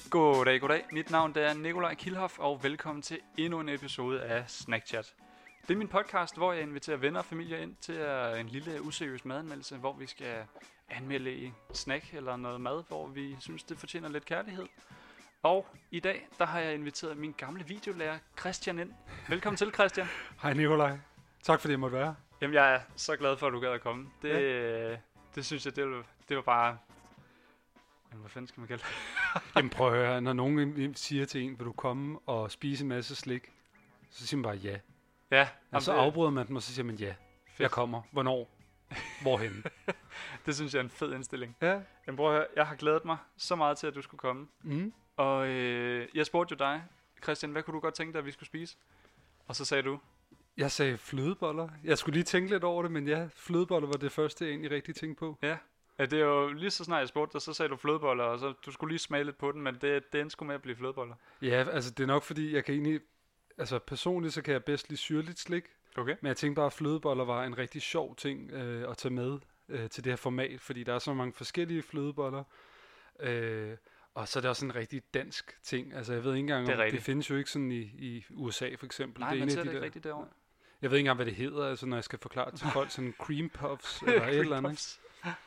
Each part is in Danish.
Goddag. Mit navn er Nikolaj Kilhoff, og velkommen til endnu en episode af Snackchat. Det er min podcast, hvor jeg inviterer venner og familie ind til en lille useriøs madanmeldelse, hvor vi skal anmelde en snack eller noget mad, hvor vi synes, det fortjener lidt kærlighed. Og i dag, der har jeg inviteret min gamle videolærer Christian ind. Velkommen til, Christian. Hej Nikolaj. Tak fordi jeg måtte være. Jamen, jeg er så glad for, at du gad at komme. Det synes jeg, det var bare... Jamen, hvad fanden skal man kalde det? Jamen prøv at høre, når nogen siger til en, vil du komme og spise en masse slik, så siger man bare ja. Ja. Og så afbryder man dem, og så siger man ja. Fedt. Jeg kommer. Hvornår? Hvorhenne? Det synes jeg er en fed indstilling. Ja. Jamen prøv at høre, jeg har glædet mig så meget til, at du skulle komme. Mm. Og jeg spurgte jo dig, Christian, hvad kunne du godt tænke dig, at vi skulle spise? Og så sagde du... Jeg sagde flødeboller. Jeg skulle lige tænke lidt over det, men ja, flødeboller var det første, jeg egentlig rigtig tænkte på. Ja, det er jo lige så snart jeg spurgte dig, så sagde du flødeboller, og så du skulle lige smage lidt på den, men det endte sgu med at blive flødeboller. Ja, altså det er nok fordi, jeg kan egentlig... Altså personligt, så kan jeg bedst lide syrligt slik. Okay. Men jeg tænkte bare, at flødeboller var en rigtig sjov ting at tage med til det her format, fordi der er så mange forskellige flødeboller. Og så er det også en rigtig dansk ting. Altså jeg ved ikke engang, det findes jo ikke sådan i USA for eksempel. Nej, det er man ser det ikke rigtigt derovre. Jeg ved ikke engang, hvad det hedder, altså når jeg skal forklare til folk, sådan cream puffs eller et eller andet.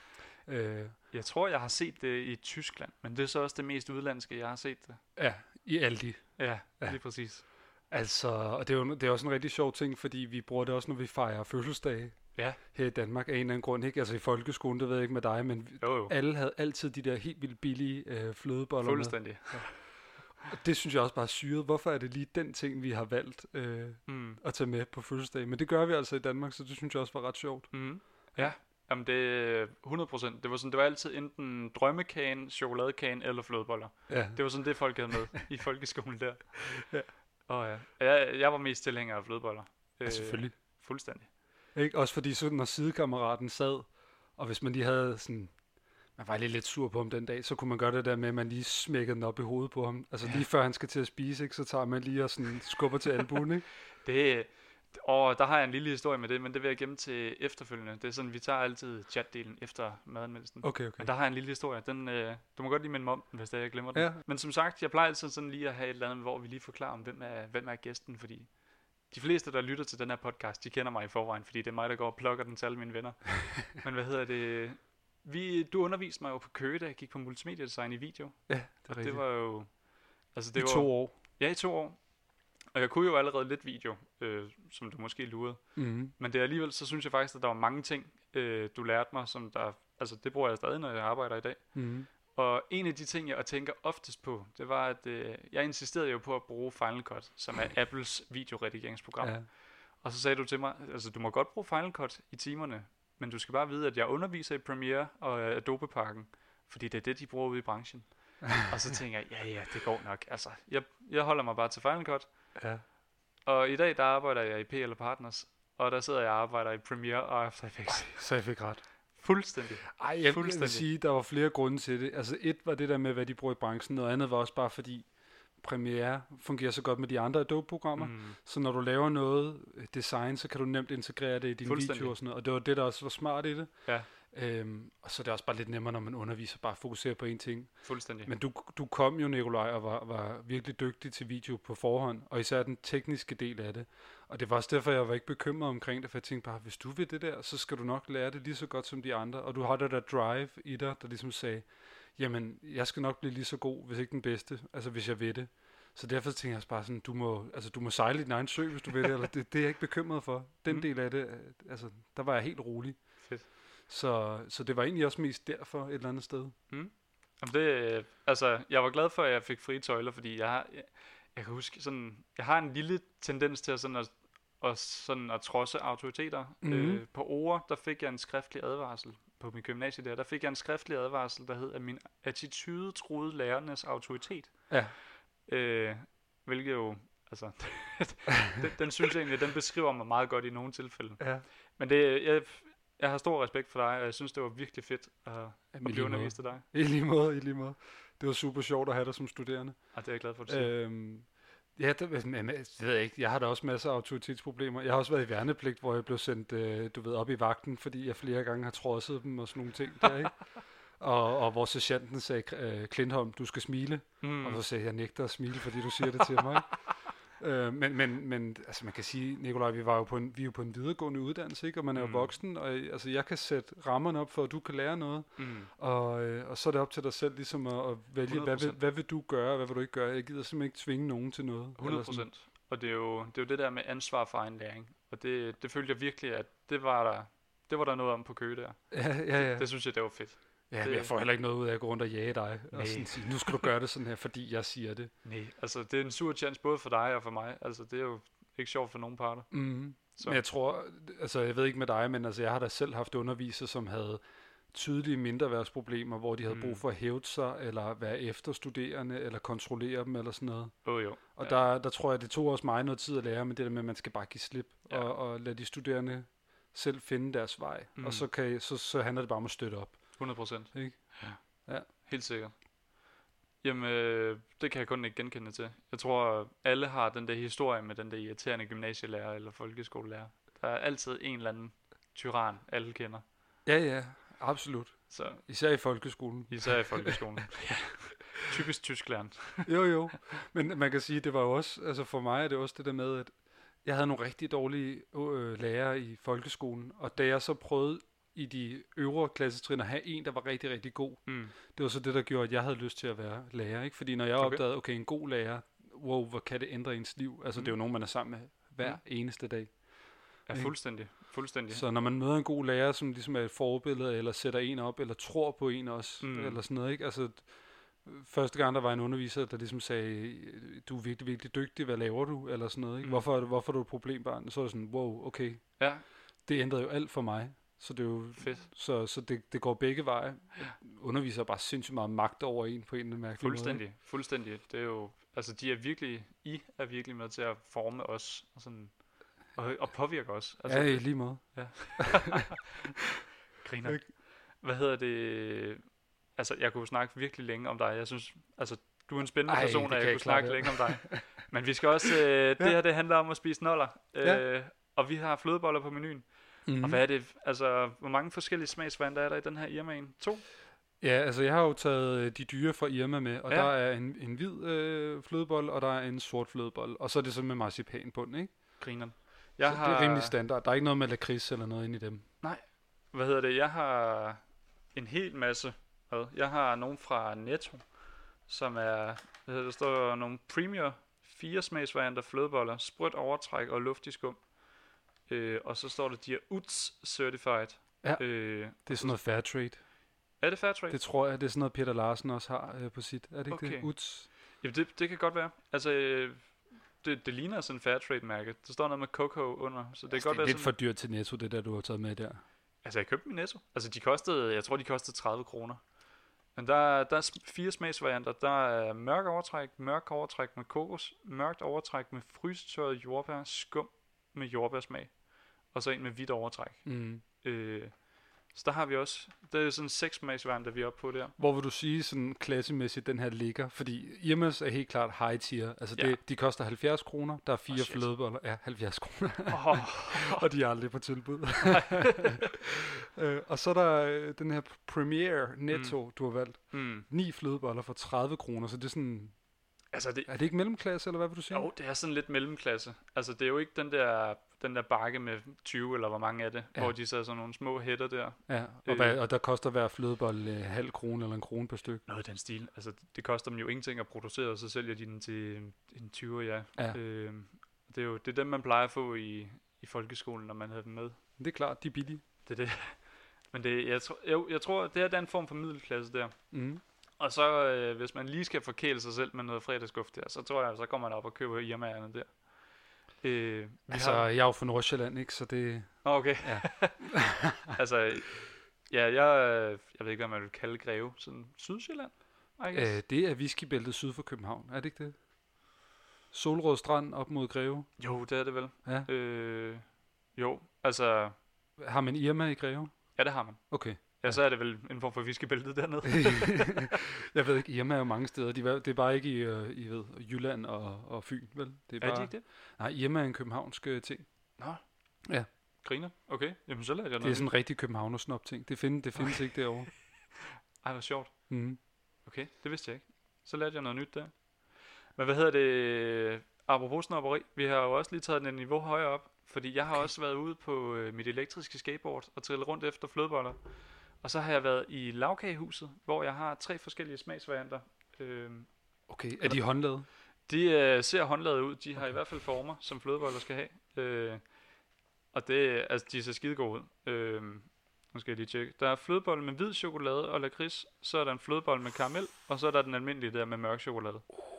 Jeg tror, jeg har set det i Tyskland, men det er så også det mest udlandske, jeg har set det. Ja, i Aldi. Ja, lige præcis. Altså, og det er også en rigtig sjov ting, fordi vi bruger det også, når vi fejrer fødselsdage. Ja. Her i Danmark af en eller anden grund, ikke? Altså i folkeskolen, det ved jeg ikke med dig, men alle havde altid de der helt vildt billige flødeboller. Fuldstændig. Ja. Og det synes jeg også bare er syret. Hvorfor er det lige den ting, vi har valgt at tage med på fødselsdag? Men det gør vi altså i Danmark, så det synes jeg også var ret sjovt. Mm. Ja, jamen det 100%. Det var altid enten drømmekagen, chokoladekagen eller flødeboller. Ja. Det var sådan det, folk havde med i folkeskolen der. Ja. Og jeg var mest tilhænger af flødeboller. Ja, selvfølgelig. Fuldstændig. Ikke? Også fordi så når sidekammeraten sad, og hvis man lige havde sådan, man var lidt sur på ham den dag, så kunne man gøre det der med, at man lige smækkede den op i hovedet på ham. Altså lige før han skal til at spise, ikke, så tager man lige og sådan skubber til albuen, ikke? Og der har jeg en lille historie med det, men det vil jeg gemme til efterfølgende. Det er sådan, vi tager altid chatdelen efter madanmeldelsen. Okay. Men der har jeg en lille historie. Den, du må godt lige minde mig om den, hvis det er, jeg glemmer den. Ja. Men som sagt, jeg plejer altid sådan lige at have et eller andet, hvor vi lige forklarer om, hvem er gæsten, fordi de fleste, der lytter til den her podcast, de kender mig i forvejen, fordi det er mig, der går og plukker den til alle mine venner. Men hvad hedder det? Du underviste mig jo på Køge, da jeg gik på multimediedesign i video. Ja, det er rigtigt. Det var jo... Altså, det var 2 år. Ja, i 2 år. Og jeg kunne jo allerede lidt video, som du måske lurede. Mm-hmm. Men det er alligevel, så synes jeg faktisk, at der var mange ting, du lærte mig, som der... Altså, det bruger jeg stadig, når jeg arbejder i dag. Mm-hmm. Og en af de ting, jeg tænker oftest på, det var, at jeg insisterede jo på at bruge Final Cut, som er Apples videoredigeringsprogram. Ja. Og så sagde du til mig, altså du må godt bruge Final Cut i timerne, men du skal bare vide, at jeg underviser i Premiere og Adobe-pakken, fordi det er det, de bruger ude i branchen. Og så tænker jeg, ja, det går nok. Altså, jeg holder mig bare til Final Cut. Ja. Og i dag, der arbejder jeg i PL Partners, og der sidder jeg og arbejder i Premiere og After Effects. Så jeg fik ret. Fuldstændig. Ej, jeg vil sige, der var flere grunde til det. Altså et var det der med, hvad de bruger i branchen. Noget andet var også bare fordi Premiere fungerer så godt med de andre Adobe-programmer. Så når du laver noget design, så kan du nemt integrere det i din video og sådan noget. Og det var det, der også var smart i det. Ja. Og så er det også bare lidt nemmere, når man underviser, bare fokuserer på én ting. Fuldstændig. Men du kom jo, Nikolaj, og var virkelig dygtig til video på forhånd, og især den tekniske del af det. Og det var også derfor, jeg var ikke bekymret omkring det, for jeg tænkte bare, hvis du vil det der, så skal du nok lære det lige så godt som de andre. Og du har det der drive i dig, der ligesom sagde, jamen, jeg skal nok blive lige så god, hvis ikke den bedste, altså hvis jeg vil det. Så derfor tænkte jeg bare sådan, du må sejle i din egen sø, hvis du vil det, eller det er jeg ikke bekymret for. Den del af det, altså, der var jeg helt rolig. Fedt. Så det var egentlig også mest derfor et eller andet sted. Jeg var glad for, at jeg fik frie tøjler, fordi jeg kan huske sådan, jeg har en lille tendens til at trodse autoriteter. På ord, der fik jeg en skriftlig advarsel på min gymnasie der fik jeg en skriftlig advarsel, der hed, at min attitude troede lærernes autoritet. Ja. Hvilket jo, altså, den synes jeg egentlig, den beskriver mig meget godt i nogle tilfælde. Ja. Men jeg har stor respekt for dig, og jeg synes, det var virkelig fedt at blive undervist af dig. I lige måde. Det var super sjovt at have dig som studerende. Og det er jeg glad for, at du siger. Ja, det ved jeg ikke. Jeg har da også masser af autoritetsproblemer. Jeg har også været i værnepligt, hvor jeg blev sendt op i vagten, fordi jeg flere gange har trodset dem og sådan nogle ting der, ikke? og hvor sergeanten sagde, Klintholm, du skal smile. Og så sagde jeg, nægter at smile, fordi du siger det til mig. Men altså man kan sige, Nikolaj, vi er jo på en videregående uddannelse, ikke? Og man er jo voksen, og altså jeg kan sætte rammerne op for, at du kan lære noget, og så er det op til dig selv ligesom at vælge, hvad vil du gøre, og hvad vil du ikke gøre. Jeg gider simpelthen ikke tvinge nogen til noget. 100%. Og det er jo det der med ansvar for egen læring, og det følte jeg virkelig, at det var der noget om på Køge der. Ja. Det synes jeg, det var fedt. Ja, men jeg får heller ikke noget ud af at gå rundt og jage dig, og sådan sige, nu skal du gøre det sådan her, fordi jeg siger det. Nej, altså det er en sur chance både for dig og for mig. Altså det er jo ikke sjovt for nogen parter. Men jeg tror, altså jeg ved ikke med dig, men altså jeg har da selv haft undervisere, som havde tydelige mindreværdsproblemer, hvor de havde brug for at hævde sig, eller være efterstuderende, eller kontrollere dem, eller sådan noget. Jo. Og der tror jeg, det tog også mig noget tid at lære, men det der med, at man skal bare give slip, og lade de studerende selv finde deres vej. Og så handler det bare om at støtte op. 100%. Ikke? Ja. Helt sikkert. Jamen, det kan jeg kun ikke genkende til. Jeg tror, alle har den der historie med den der irriterende gymnasielærer eller folkeskolelærer. Der er altid en eller anden tyran, alle kender. Ja, absolut. Så. Især i folkeskolen. Ja. Typisk tysklæren. Jo. Men man kan sige, det var jo også, altså for mig er det også det der med, at jeg havde nogle rigtig dårlige lærere i folkeskolen, og da jeg så prøvede i de øvre klassetrin at have en, der var rigtig, rigtig god. Det var så det, der gjorde, at jeg havde lyst til at være lærer. Ikke? Fordi når jeg opdagede, okay, en god lærer, wow, hvor kan det ændre ens liv? Altså, det er jo nogen, man er sammen med hver eneste dag. Ja, fuldstændig. Så når man møder en god lærer, som ligesom er et forbillede, eller sætter en op, eller tror på en også, eller sådan noget, ikke? Altså, første gang, der var en underviser, der ligesom sagde, du er virkelig, virkelig dygtig, hvad laver du? Eller sådan noget, ikke? Hvorfor er du et problembarn? Så er det sådan, wow, okay. Ja. Det ændrede jo alt for mig. Så det er jo fedt. Så det går begge veje. Underviser bare sindssygt meget magt over en på en eller anden mærkelig måde. Fuldstændig. Det er jo, altså I er virkelig med til at forme os og sådan og påvirke os. Altså, ja, i lige måde. Ja. Griner. Hvad hedder det? Altså jeg kunne snakke virkelig længe om dig. Jeg synes, altså du er en spændende person, og jeg kunne snakke længe om dig. Men vi skal også det her det handler om at spise noller. Og vi har flødeboller på menuen. Og hvad er det, altså, hvor mange forskellige smagsvarianter er der i den her Irmaen? 2? Ja, altså jeg har jo taget de dyre fra Irma med, og der er en hvid flødebolle, og der er en sort flødebolle, og så er det så med marcipanbund, ikke? Grineren. Det er rimelig standard. Der er ikke noget med lakrids eller noget inde i dem. Nej. Hvad hedder det? Jeg har en hel masse. Jeg har nogle fra Netto, som er, der står nogle Premier 4 smagsvarianter flødeboller, sprødt overtræk og luftig skum. Og så står der, de er UTZ certified. Ja, det er sådan noget fair trade. Er det fair trade? Det tror jeg, det er sådan noget Peter Larsen også har på sit. Er det ikke det? UTZ? Jamen det kan godt være. Altså det ligner sådan en fair trade mærke. Der står noget med cocoa under, så det kan godt være. Det er lidt for dyrt til Netto, det der du har taget med der. Altså jeg købte dem i Netto. Altså jeg tror de kostede 30 kroner. Men der er 4 smagsvarianter. Der er mørk overtræk med kokos, mørkt overtræk med frysetørret jordbær, skum med jordbærsmag, og så en med hvidt overtræk. Så der har vi også, det er sådan 6 smagsvarianter, vi er oppe på der. Hvor vil du sige sådan klassemæssigt, den her ligger? Fordi Irmas er helt klart high tier. Altså de koster 70 kroner, der er 4 flødeboller. Ja, 70 kroner. Og de er aldrig på tilbud. Og så er der den her Premier Netto, du har valgt. 9 flødeboller for 30 kroner, så det er sådan... Altså er det ikke mellemklasse, eller hvad vil du sige? Jo, det er sådan lidt mellemklasse. Altså det er jo ikke den der bakke med 20, eller hvor mange er det, hvor de sætter sådan nogle små hætter der. Ja, og der koster hver flødebolle halv krone eller 1 krone per stykke. Noget i den stil. Altså det koster dem jo ingenting at producere, og så sælger de den til en 20'er, ja. Det er dem, man plejer at få i folkeskolen, når man havde dem med. Det er klart, de er billige. Det er det. Men jeg tror, det her er en form for middelklasse der. Og så, hvis man lige skal forkæle sig selv med noget fredagsguft der, så tror jeg, så kommer man op og køber Irmaerne der. Jeg er jo fra Nordsjælland, ikke? Så det... Okay. Ja. Altså, jeg ved ikke, hvad man vil kalde Greve. Sådan Sydsjælland, det er whiskybæltet syd for København, er det ikke det? Solrød Strand op mod Greve? Jo, det er det vel. Ja. Jo, altså... Har man Irma i Greve? Ja, det har man. Okay. Ja, så er det vel en form for whiskybæltet dernede. Jeg ved ikke, Irma er jo mange steder. Det er bare ikke i Jylland og Fyn, vel? Det er bare... det ikke det? Nej, Irma er en københavnsk ting. Nå. Ja. Griner? Okay. Jamen, så lader jeg noget. Det er sådan en rigtig københavnersnop ting. Det findes ikke derovre. Ej, hvor sjovt. Mm. Okay, det vidste jeg ikke. Så lærte jeg noget nyt der. Men hvad hedder det? Apropos snobberi, vi har jo også lige taget den et niveau højere op. Fordi jeg har også været ude på mit elektriske skateboard og trillet rundt efter flødeboller. Og så har jeg været i lavkagehuset, hvor jeg har 3 forskellige smagsvarianter. Okay, er de håndlavet? De ser håndlavet ud. De har i hvert fald former, som flødeboller skal have. Og det, altså, de ser skide gode ud. Nu skal jeg lige tjekke. Der er flødebolle med hvid chokolade og lakrids. Så er der en flødebolle med karamel. Og så er der den almindelige der med mørk chokolade.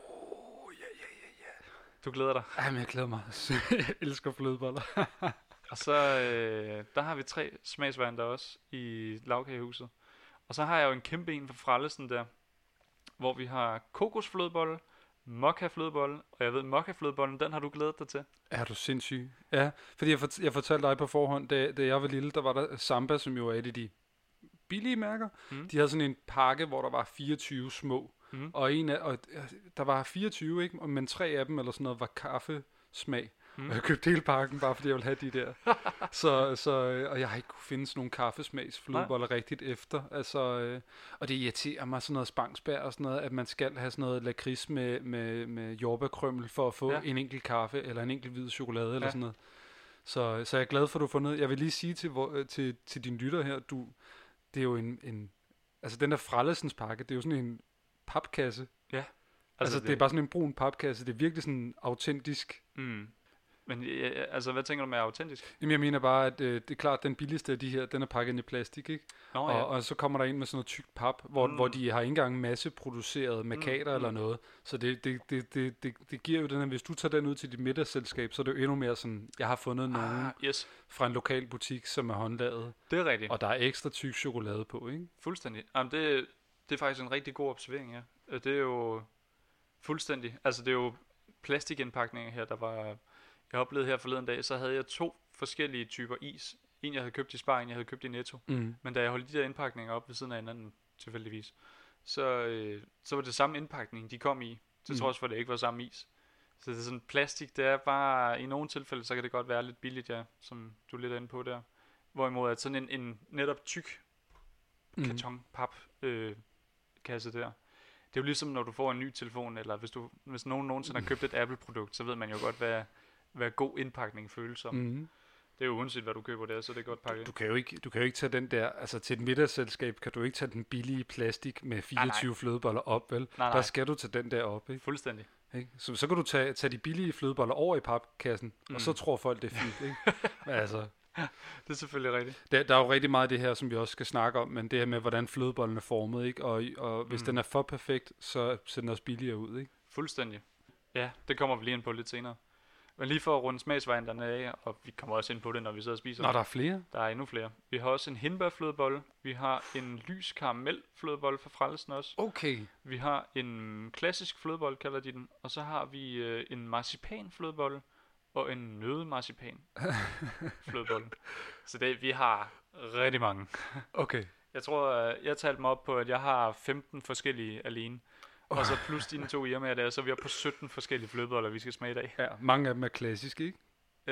Ja. Du glæder dig? Jamen, jeg glæder mig. Jeg elsker flødeboller. Og så der har vi 3 smagsvarianter også i lavkagehuset. Og så har jeg jo en kæmpe en fra Frellesen der, hvor vi har kokosflødebolle, mokka-flødebolle, og jeg ved, mokka-flødebollen, den har du glædet dig til. Er du sindssyg? Ja, fordi jeg fortalte dig på forhånd, da jeg var lille, der var der Samba, som jo er et af de billige mærker. De havde sådan en pakke, hvor der var 24 små. Og der var 24, ikke? Men 3 af dem, eller sådan noget, var kaffesmag. Og jeg købte hele pakken, bare fordi jeg ville have de der. Og jeg har ikke kunne finde sådan nogle kaffesmagsflødeboller rigtigt efter. Altså, og det irriterer mig sådan noget spangsbær og sådan noget, at man skal have sådan noget lakrids med jordbærkrømmel for at få en enkelt kaffe, eller en enkelt hvid chokolade, eller sådan noget. Så jeg er glad for, at du har fundet. Jeg vil lige sige til dine lytter her, det er jo altså den der Frellesens pakke, det er jo sådan en papkasse. Ja. Altså det er bare sådan en brun papkasse. Det er virkelig sådan autentisk. Men altså, hvad tænker du med autentisk? Jamen, jeg mener bare, at det er klart, at den billigste af de her, den er pakket i plastik, ikke? Nå, ja. Og så kommer der ind med sådan noget tykt pap, hvor de har ikke engang masseproduceret makater eller noget. Så det giver jo den her, hvis du tager den ud til dit middagsselskab, så er det jo endnu mere sådan, jeg har fundet nogen fra en lokal butik, som er håndlavet. Det er rigtigt. Og der er ekstra tyk chokolade på, ikke? Fuldstændig. Jamen, det er faktisk en rigtig god observering, ja. Det er jo fuldstændig, altså det er jo plastikindpakninger her, der var... Jeg oplevede her forleden dag, så havde jeg 2 forskellige typer is. En, jeg havde købt i Spar, en, jeg havde købt i Netto. Men da jeg holdt de der indpakninger op ved siden af hinanden, tilfældigvis, så var det samme indpakning, de kom i, til trods for, at det ikke var samme is. Så det er sådan plastik, det er bare, i nogle tilfælde, så kan det godt være lidt billigt, ja, som du er lidt inde på der. Hvorimod at sådan en netop tyk karton-pap kasse der, det er jo ligesom, når du får en ny telefon, eller hvis nogen nogensinde har købt et Apple-produkt, så ved man jo godt, hvad god indpakning føles som. Det er jo uanset, hvad du køber der, så det er godt pakket. Du kan jo ikke tage den der, altså til et middagsselskab, kan du ikke tage den billige plastik med 24 flødeboller op, vel? Nej. Der skal du tage den der op, ikke? Fuldstændig. Ikke? Så kan du tage de billige flødeboller over i papkassen, og så tror folk, det er fint, ikke? Men altså... Det er selvfølgelig rigtigt. Der er jo rigtig meget af det her, som vi også skal snakke om, men det her med, hvordan flødebollen er formet, ikke? Og hvis den er for perfekt, så ser den også billigere ud, ikke? Fuldstændig. Ja, det kommer vi lige ind på lidt senere. Men lige for at runde smagsvarianterne af, og vi kommer også ind på det, når vi sidder og spiser. Nå, der er flere? Der er endnu flere. Vi har også en hindbærflødebolle. Vi har en lys karamelflødebolle fra Frellesen også. Okay. Vi har en klassisk flødebolle, kalder de den. Og så har vi en marcipanflødebolle og en nødmarcipan flødebolle. Så vi har rigtig mange. Okay. Jeg tror, jeg talte mig op på, at jeg har 15 forskellige alene. Og så plus dine 2 Irma'er der, så er vi oppe på 17 forskellige flødeboller, vi skal smage i dag. Ja, mange af dem er klassiske, ikke?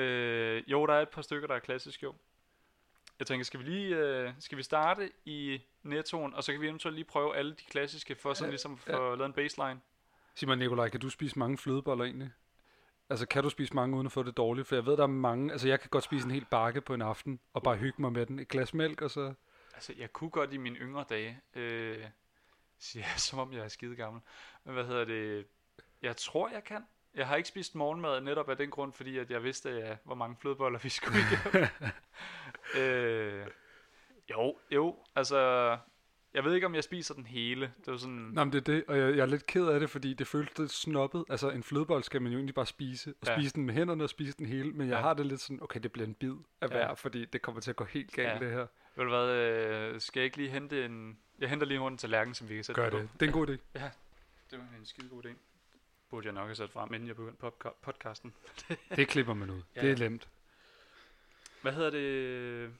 Jo, der er et par stykker, der er klassiske, jo. Jeg tænker, skal vi starte i Nettoen, og så kan vi eventuelt lige prøve alle de klassiske, for sådan ligesom for lavet en baseline. Sig mig, Nikolaj, kan du spise mange flødeboller egentlig? Altså, kan du spise mange uden at få det dårligt? For jeg ved, der er mange... Altså, jeg kan godt spise en hel bakke på en aften, og bare hygge mig med den. Et glas mælk, og så... Altså, jeg kunne godt i mine yngre dage... siger jeg, som om jeg er skide gammel. Men hvad hedder det? Jeg tror, jeg kan. Jeg har ikke spist morgenmad netop af den grund, fordi at jeg vidste, hvor mange flødeboller vi skulle igennem. Jo, altså... Jeg ved ikke, om jeg spiser den hele. Det er sådan... Nå, men det er det, og jeg er lidt ked af det, fordi det føles lidt snobbet. Altså, en flødebold skal man jo egentlig bare spise. Og spise den med hænderne og spise den hele. Men jeg har det lidt sådan, okay, det bliver en bid af hver, fordi det kommer til at gå helt galt, det her. Ved du hvad, skal jeg ikke lige hente en... Jeg henter lige en tallerken, som vi kan sætte på. Gør det. Det er en god idé. Ja, det var en skide god idé. Burde jeg nok have sat frem, inden jeg begyndte podcasten. Det klipper man ud. Det er nemt. Hvad hedder det?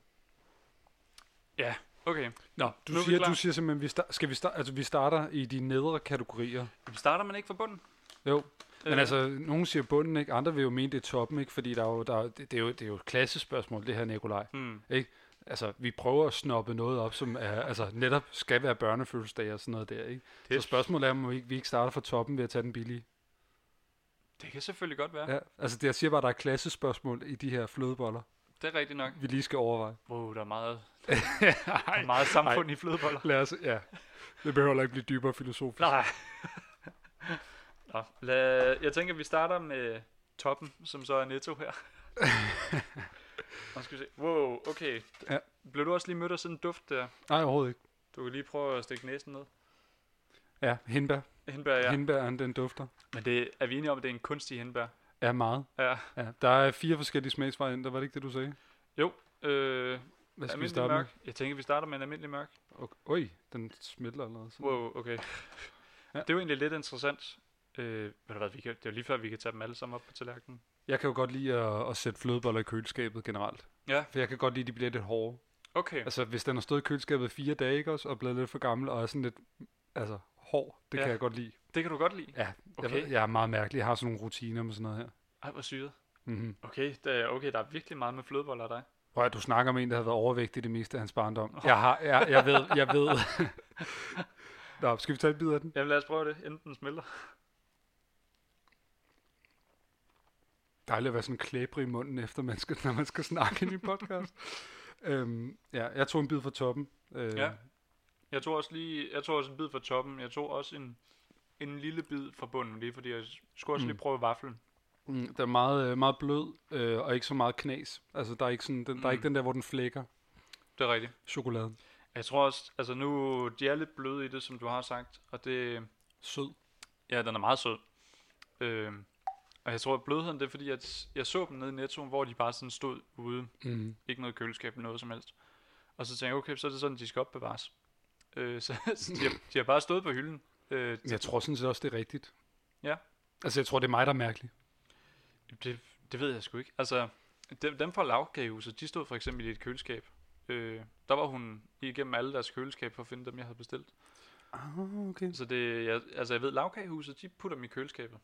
Ja, okay. Nå, du siger simpelthen, vi starter i de nedre kategorier. Starter man ikke fra bunden? Jo. Men altså, nogen siger bunden, ikke? Andre vil jo mene, det er toppen, ikke? Fordi det er jo et klassespørgsmål, det her, Nikolaj. Ikke? Altså, vi prøver at snoppe noget op, som er, altså, netop skal være børnefødselsdag og sådan noget der, ikke? Så spørgsmålet er, om vi ikke starter fra toppen ved at tage den billige. Det kan selvfølgelig godt være. Ja, altså, jeg siger bare, at der er klassespørgsmål i de her flødeboller. Det er rigtigt nok. Vi lige skal overveje. Der er meget samfund i flødeboller. Lad os, ja. Det behøver ikke blive dybere filosofisk. Nej. Jeg tænker, at vi starter med toppen, som så er Netto her. Nu skal vi se. Wow, okay. Ja. Blev du også lige mødt af sådan en duft der? Nej, overhovedet ikke. Du kan lige prøve at stikke næsen ned. Ja, hindbær. Hindbær, ja. Hindbæren, den dufter. Men er vi enige om, at det er en kunstig hindbær? Ja, meget. Ja. Der er 4 forskellige smagsvarianter, var det ikke det, du sagde? Jo. Hvad skal vi starte mørk. med? Jeg tænker, vi starter med en almindelig mørk. Okay. Den smelter allerede. Sådan. Wow, okay. Ja. Det er jo egentlig lidt interessant. Det er jo lige før, vi kan tage dem alle sammen op på tallerkenen. Jeg kan jo godt lide at sætte flødeboller i køleskabet generelt. Ja. For jeg kan godt lide, at de bliver lidt hårde. Okay. Altså, hvis den har stået i køleskabet 4 dage, ikke også, og blevet lidt for gammel, og er sådan lidt, altså, hård, det kan jeg godt lide. Det kan du godt lide? Ja, okay. Jeg er meget mærkelig. Jeg har sådan nogle rutiner med sådan noget her. Ej, hvor syret. Mm-hmm. Okay, der er virkelig meget med flødeboller af dig. Prøv at du snakker om en, der har været overvægtig det meste af hans barndom. Jeg ved. Nå, skal vi tage et bid af den? Jamen lad os prøve det, inden den smelter. Dejligt at være sådan klæbrig i munden, efter når man skal snakke i en podcast. Jeg tog en bid fra toppen. Ja. Jeg tog også en bid fra toppen. Jeg tog også en lille bid fra bunden, lige fordi jeg skulle også lige prøve vaflen. Den er meget, meget blød, og ikke så meget knas. Altså, der er ikke, sådan, der er ikke den der, hvor den flækker. Det er rigtigt. Chokoladen. Jeg tror også, altså nu, de er lidt bløde i det, som du har sagt, og det... Sød. Ja, den er meget sød. Og jeg tror, at blødheden, det er fordi, at jeg så dem nede i Netto, hvor de bare sådan stod ude. Mm. Ikke noget køleskab, noget som helst. Og så tænkte jeg, okay, så er det sådan, de skal opbevares. Så de har bare stået på hylden. Jeg tror sådan set også, det er rigtigt. Ja. Altså, jeg tror, det er mig, der er mærkelig. Det ved jeg sgu ikke. Altså, dem fra Lavkagehuset, de stod for eksempel i et køleskab. Der var hun igennem alle deres køleskab for at finde dem, jeg havde bestilt. Okay. Så jeg ved, Lavkagehuset, de putter dem i køleskabet.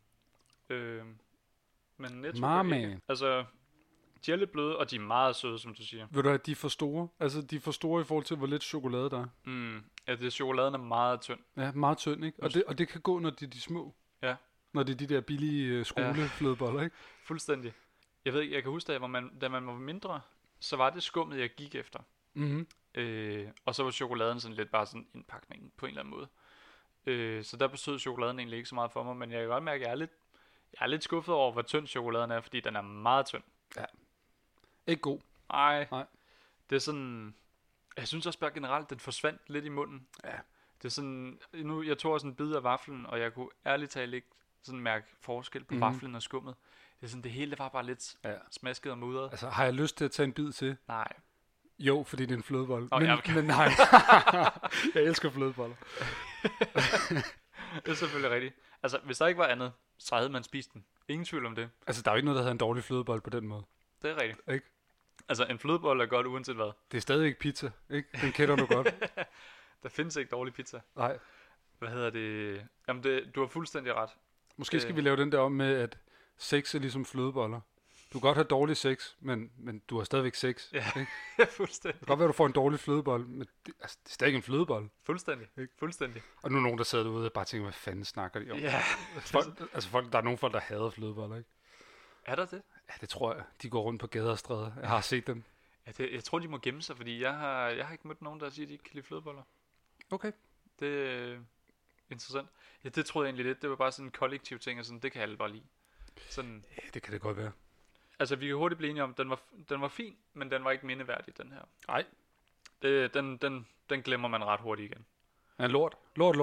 Men Netto ikke. Altså, de er lidt bløde, og de er meget søde, som du siger. Ved du at de er for store? Altså, de er for store i forhold til, hvor lidt chokolade der er. Ja, chokoladen er meget tynd. Ja, meget tynd, ikke? Og det kan gå, når det er de små. Ja. Når det er de der billige skoleflødeboller, ikke? Fuldstændig. Jeg ved ikke, jeg kan huske, da man var mindre, så var det skummet, jeg gik efter. Mm-hmm. Og så var chokoladen sådan lidt bare sådan indpakningen på en eller anden måde. Så der betød chokoladen egentlig ikke så meget for mig, men jeg kan godt mærke, at jeg er lidt skuffet over, hvor tynd chokoladen er, fordi den er meget tynd. Ja. Ikke god. Nej. Det er sådan... Jeg synes også bare generelt, den forsvandt lidt i munden. Ja. Det er sådan... Nu, jeg tog også en bid af vaflen, og jeg kunne ærligt talt ikke sådan mærke forskel på vaflen og skummet. Det er sådan, det hele var bare lidt smasket og mudret. Altså, har jeg lyst til at tage en bid til? Nej. Jo, fordi det er en flødebolle. Men nej. Jeg elsker flødeboller. Det er selvfølgelig rigtigt. Altså, hvis der ikke var andet, så havde man spist den. Ingen tvivl om det. Altså, der er jo ikke noget, der hedder en dårlig flødebolle på den måde. Det er rigtigt. Ikke? Altså, en flødebolle er godt uanset hvad. Det er stadig ikke pizza, ikke? Den kender du godt. Der findes ikke dårlig pizza. Nej. Hvad hedder det? Jamen, du har fuldstændig ret. Måske skal vi lave den der om med, at sex er ligesom flødeboller. Du kan godt have dårlig sex, men du har stadigvæk sex. Ja, ikke? fuldstændig. Det kan godt være, at du får en dårlig flødebolle, men det er stadig en flødebolle. Fuldstændig. Ikke? Fuldstændig. Og nu er nogen, der sidder derude og bare tænker, hvad fanden snakker de om? Ja. Der er nogle folk, der hader flødeboller, ikke? Er der det? Ja, det tror jeg. De går rundt på gader og stræder. Jeg har set dem. Ja, jeg tror, de må gemme sig, fordi jeg har ikke mødt nogen, der siger, at de ikke kan lide flødeboller. Okay. Det er interessant. Ja, det troede jeg egentlig lidt. Det var bare sådan en kollektiv ting, og sådan, det kan alle bare lide. Sådan. Ja, det kan det godt være. Altså, vi kan hurtigt blive enige om, den var fin, men den var ikke mindeværdig, den her. Nej. Den glemmer man ret hurtigt igen. Ja, lort.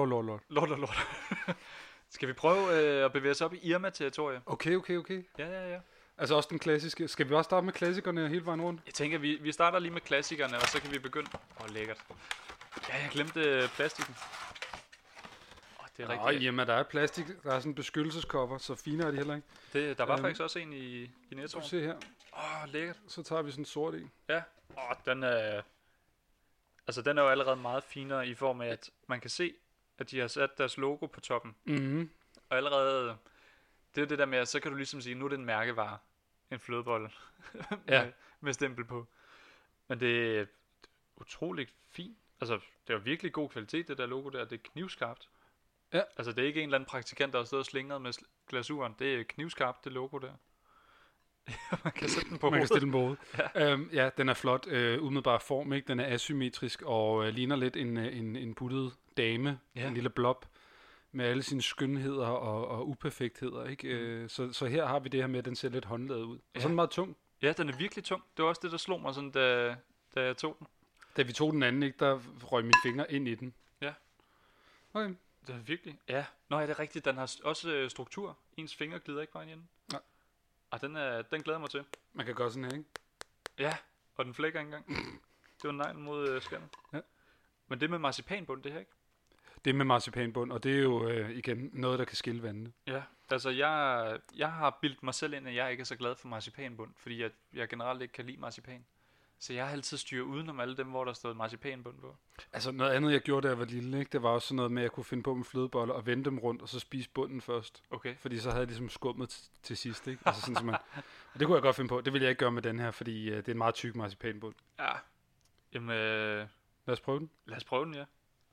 Skal vi prøve at bevæge os op i Irma-territoriet? Okay. Ja. Altså også den klassiske. Skal vi også starte med klassikerne hele vejen rundt? Jeg tænker, vi starter lige med klassikerne, og så kan vi begynde. Lækkert. Ja, jeg glemte plastikken. Det er rigtigt. Jamen, der er plastik. Der er sådan en beskyttelseskopper, så fine er de heller ikke. Der var faktisk også en i Netto. Se her. Lækkert. Så tager vi sådan en sort i. Ja. Den er... Altså, den er jo allerede meget finere i form af, at man kan se, at de har sat deres logo på toppen. Mm-hmm. Og allerede... Det er det der med, at så kan du ligesom sige, nu er det en mærkevare. En flødebolle. med stempel på. Men det utroligt fint. Altså, det er jo virkelig god kvalitet, det der logo der. Det er knivskarpt. Ja. Altså, det er ikke en eller anden praktikant, der har stået og slingret med glasuren. Det er knivskarpt, det logo der. Man kan sætte den på Man kan hovedet. stille den på hovedet. Ja, den er flot. Umiddelbar form, ikke? Den er asymmetrisk og ligner lidt en buttet dame. Ja. En lille blob med alle sine skønheder og uperfektheder, ikke? Så her har vi det her med, at den ser lidt håndlaget ud. Og så er den meget tung. Ja, den er virkelig tung. Det var også det, der slog mig, sådan, da jeg tog den. Da vi tog den anden, ikke, der røg mine fingre ind i den. Ja. Okay. Det er virkelig. Ja. Nå, ja, det er rigtigt. Den har også struktur. Ens fingre glider ikke bare ind i den. Nej. Og den glæder jeg mig til. Man kan gøre sådan her, ikke? Ja, og den flækker ikke engang. Det var neglen mod skallen. Ja. Men det med marcipanbund, det her, ikke? Det med marcipanbund, og det er jo igen noget, der kan skille vandene. Ja, altså jeg har bildt mig selv ind, at jeg ikke er så glad for marcipanbund, fordi jeg generelt ikke kan lide marcipan. Så jeg har altid styret udenom alle dem, hvor der stod marcipanbund på. Altså noget andet, jeg gjorde, da jeg var lille, ikke? Det var også sådan noget med, at jeg kunne finde på med flødeboller og vende dem rundt, og så spise bunden først. Okay. Fordi så havde jeg ligesom skummet til sidst, ikke? Altså sådan, så man, og det kunne jeg godt finde på. Det vil jeg ikke gøre med den her, fordi det er en meget tyk marcipanbund. Ja. Jamen, lad os prøve den. lad os prøve den, ja.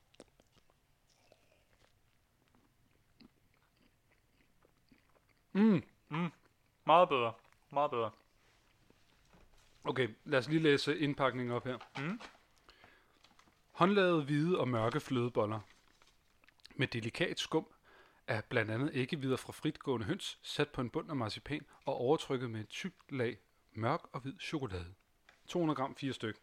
Meget bedre. Meget bedre. Okay, lad os lige læse indpakningen op her. Håndlavede hvide og mørke flødeboller med delikat skum er blandt andet æggehvider fra fritgående høns, sat på en bund af marcipan og overtrykket med et tykt lag mørk og hvid chokolade. 200 gram, 4 styk.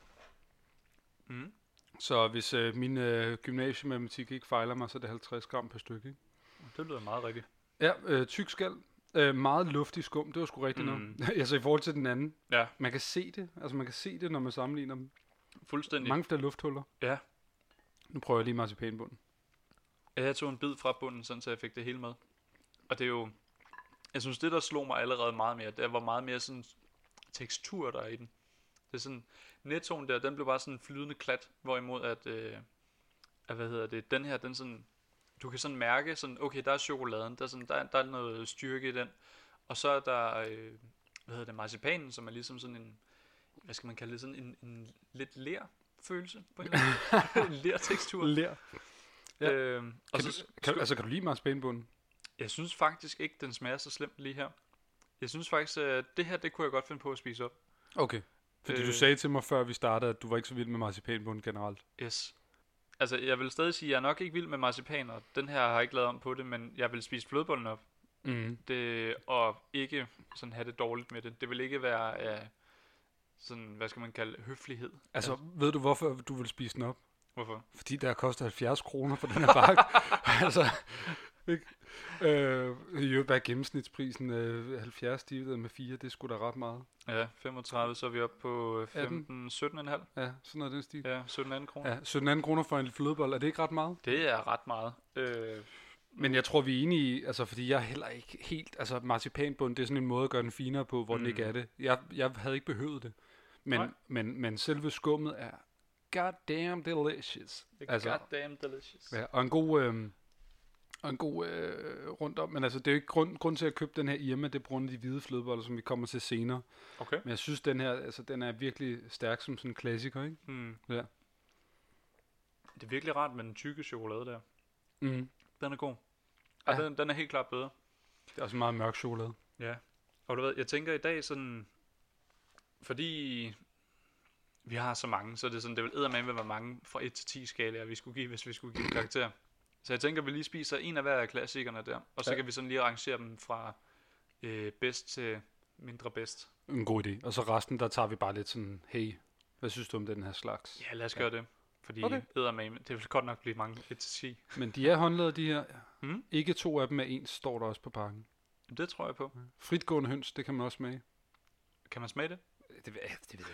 Så hvis min gymnasiematematik ikke fejler mig, så er det 50 gram per stykke. Ikke? Det lyder meget rigtigt. Ja, tyk skal. Meget luftig skum, det var sgu rigtigt noget. Altså i forhold til den anden. Ja. Man kan se det, når man sammenligner dem. Fuldstændig. Mange flere lufthuller. Ja. Nu prøver jeg lige marcipanbunden. Jeg tog en bid fra bunden, sådan, så jeg fik det hele med. Og det er jo... Jeg synes, det der slog mig allerede meget mere, der var meget mere sådan tekstur, der er i den. Det er sådan... Nettoen der, den blev bare sådan en flydende klat, hvorimod at... den her, den sådan... Du kan sådan mærke, sådan, okay, der er chokoladen, der er noget styrke i den. Og så er der, marcipanen, som er ligesom sådan en... Hvad skal man kalde det? Sådan en lidt ler-følelse på en eller anden. En ler-tekstur. Ler. Ja. Kan du lide marcipanbunden? Jeg synes faktisk ikke, den smager så slemt lige her. Jeg synes faktisk, at det her, det kunne jeg godt finde på at spise op. Okay. Fordi du sagde til mig, før vi startede, at du var ikke så vild med marcipanbunden generelt. Yes. Altså, jeg vil stadig sige, at jeg er nok ikke vild med marcipan, og den her har ikke lavet om på det, men jeg vil spise flødebollen op. Og ikke sådan have det dårligt med det. Det vil ikke være af sådan, hvad skal man kalde, høflighed. Altså, ved du, hvorfor du vil spise den op? Hvorfor? Fordi der koster 70 kroner for den her bakke. Altså, ikke? Hvad er gennemsnitsprisen? 70 divideret med 4, det er sgu da ret meget. Ja, 35, så er vi oppe på 17,5. Ja, sådan noget den stil. Ja, 17,5 kroner. Ja, 17,5 kroner for en flødebold, er det ikke ret meget? Det er ret meget. Men jeg tror, vi er enige i, altså fordi jeg heller ikke helt, altså marcipanbund, det er sådan en måde at gøre den finere på, hvor den ikke er det. Jeg havde ikke behøvet det. Men selve skummet er goddamn delicious. Goddamn delicious. Ja, og en god rundt om, men altså det er jo ikke grund til at købe den her Irma, det er på grund af de hvide flødeboller, som vi kommer til senere. Okay. Men jeg synes den her, altså den er virkelig stærk som sådan en klassiker, ikke? Ja. Det er virkelig rart med den tykke chokolade der. Den er god. Ja. Den er helt klart bedre. Det er også en meget mørk chokolade. Ja. Og du ved, jeg tænker i dag sådan, fordi vi har så mange, så er det sådan, det vil eddermame være mange fra 1 til 10 skalaer, vi skulle give, hvis vi skulle give karakter. Så jeg tænker, at vi lige spiser en af hver af klassikerne der, og så kan vi sådan lige arrangere dem fra bedst til mindre bedst. En god idé. Og så resten, der tager vi bare lidt sådan, hey, hvad synes du om den her slags? Ja, lad os gøre det. Fordi eddermame, det vil godt nok blive mange 1 til 10. Men de er håndlavet, de her. Ikke 2 af dem er ens, står der også på pakken. Det tror jeg på. Fritgående høns, det kan man også smage. Kan man smage det? Det ved jeg ikke.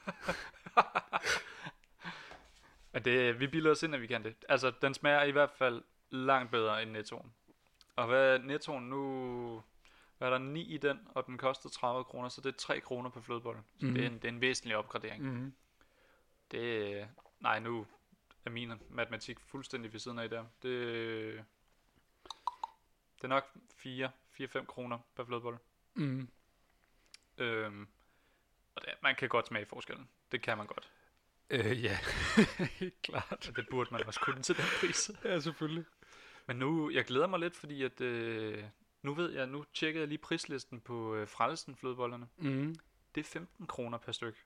Vi bilder os ind, at vi kan det. Altså, den smager i hvert fald langt bedre end Nettoen. Og hvad er Nettoen nu? Hvad er der 9 i den, og den koster 30 kroner, så det er 3 kroner på flødebollen. Så det er en væsentlig opgradering. Nu er min matematik fuldstændig ved siden af der. Det er nok 4-5 kroner per flødebolle. Og man kan godt smage forskellen. Det kan man godt. Ja, helt klart. Og det burde man også kunne til den pris. Ja, selvfølgelig. Men nu, jeg glæder mig lidt, fordi at, nu tjekkede jeg lige prislisten på Frellesen flødebollerne. Mm. Det er 15 kroner per styk.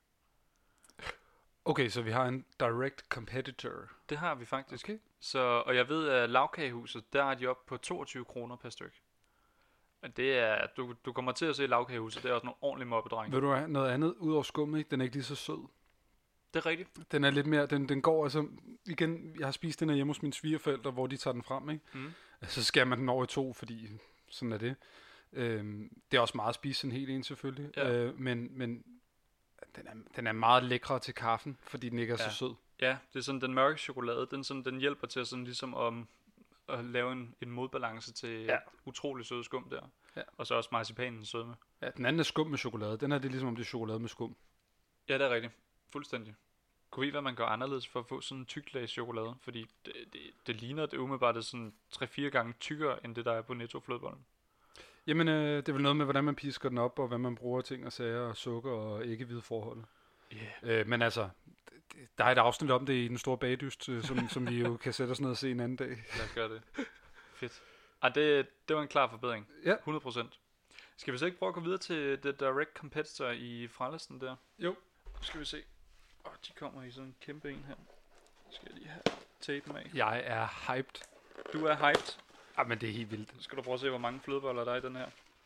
Okay, så vi har en direct competitor. Det har vi faktisk. Okay. Og jeg ved, at Lagkagehuset, der er de oppe på 22 kroner per styk. Og det er, du kommer til at se Lagkagehuset, det er også nogle ordentlige mobbedrenge. Ved du hvad, noget andet ud over skummet, ikke? Den er ikke lige så sød. Det er rigtigt. Den er lidt mere, den går altså, igen, jeg har spist den her hjemme hos mine svigerforældre, hvor de tager den frem, ikke? Mm. Så skærer man den over i 2, fordi sådan er det. Det er også meget at spise sådan helt en selvfølgelig. Ja. Men den er meget lækre til kaffen, fordi den ikke er så sød. Ja, det er sådan den mørke chokolade, den hjælper til sådan ligesom at lave en modbalance til utrolig søde skum der. Ja. Og så også marcipanens sødme. Ja, den anden er skum med chokolade. Den her det er ligesom om det er chokolade med skum. Ja, det er rigtigt. Fuldstændig. Kunne I, hvad man gør anderledes for at få sådan en tyk lag chokolade? Fordi det ligner, det umiddelbart er sådan 3-4 gange tykkere, end det der er på Netto flødebolle. Jamen, det er vel noget med, hvordan man pisker den op, og hvad man bruger ting og sager, og sukker og æggehvide forhold. Yeah. Men altså, der er et afsnit om det i den store bagdyst, som vi jo kan sætte os ned og se en anden dag. Lad os gøre det. Fedt. Det var en klar forbedring. Ja. 100%. Skal vi så ikke prøve at gå videre til The Direct Competitor i Frellesen der? Jo. Skal vi se. De kommer i sådan en kæmpe en her. Skal jeg lige have tapen af. Jeg er hyped. Du er hyped? Men det er helt vildt. Skal du prøve at se, hvor mange flødeboller der er i den her?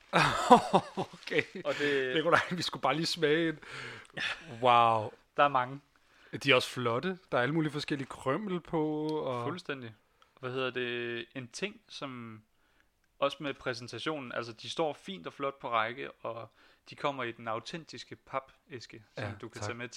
Okay. Og det kunne vi skulle bare lige smage en. Wow. Der er mange. De er også flotte. Der er alle mulige forskellige krømmel på. Og fuldstændig. En ting, som også med præsentationen, altså de står fint og flot på række, og de kommer i den autentiske papæske, som du kan tage med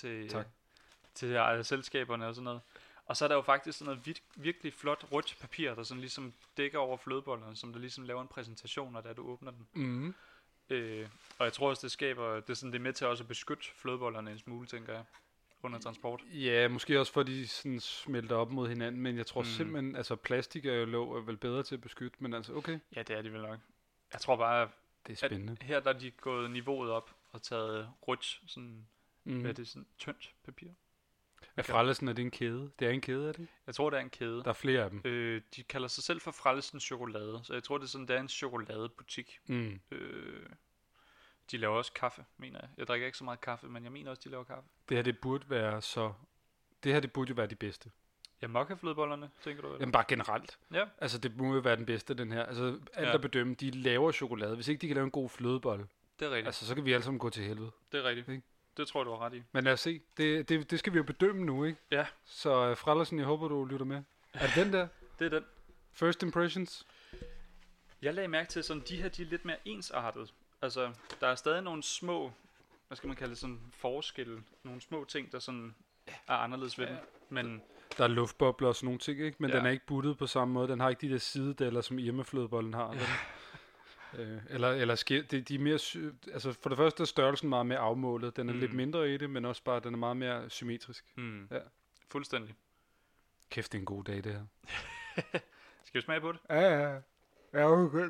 til selskaberne og sådan noget. Og så er der jo faktisk sådan noget virkelig flot rødt papir, der sådan ligesom dækker over flødebollerne, som der ligesom laver en præsentation, når du åbner den. Mm. Og jeg tror også, det er med til også at beskytte flødebollerne en smule, tænker jeg, under transport. Ja, måske også for de sådan smelter op mod hinanden, men jeg tror simpelthen, altså plastik er vel bedre til at beskytte, men altså okay. Ja, det er de vel nok. Jeg tror bare, det er spændende. Her der er de gået niveauet op og taget rødt, sådan, hvad er det, sådan tyndt papir. Er Frellesen, er det en kæde? Det er en kæde, er det? Jeg tror, det er en kæde. Der er flere af dem. De kalder sig selv for Frellesen Chokolade, så jeg tror, det er en chokoladebutik. Mm. De laver også kaffe, mener jeg. Jeg drikker ikke så meget kaffe, men jeg mener også, de laver kaffe. Det her, det burde jo være de bedste. Ja, mokkaflødebollerne, tænker du? Eller? Jamen bare generelt. Ja. Altså, det må jo være den bedste, den her. Altså, alt at bedømme, de laver chokolade. Hvis ikke de kan lave en god flødebolle, det er rigtigt. Altså, så kan vi alle sammen gå til helvede. Det er rigtigt. Ikke? Det tror jeg, du har ret i. Men lad os se. Det skal vi jo bedømme nu, ikke? Ja. Så Frellesen, jeg håber, du lytter med. Er det den der? Det er den. First impressions? Jeg lagde mærke til, sådan de her, de er lidt mere ensartet. Altså, der er stadig nogle små, hvad skal man kalde det, sådan forskelle. Nogle små ting, der sådan er anderledes ved den. Men der er luftbobler og sådan nogle ting, ikke? Men den er ikke buttet på samme måde. Den har ikke de der sidedeller, som Irma-flødebollen har. De er mere, altså for det første er størrelsen meget mere afmålet. Den er lidt mindre i det, men også bare, den er meget mere symmetrisk. Mm. Ja. Fuldstændig. Kæft, det er en god dag, det her. Skal vi smage på det? Ja. Ja, okay.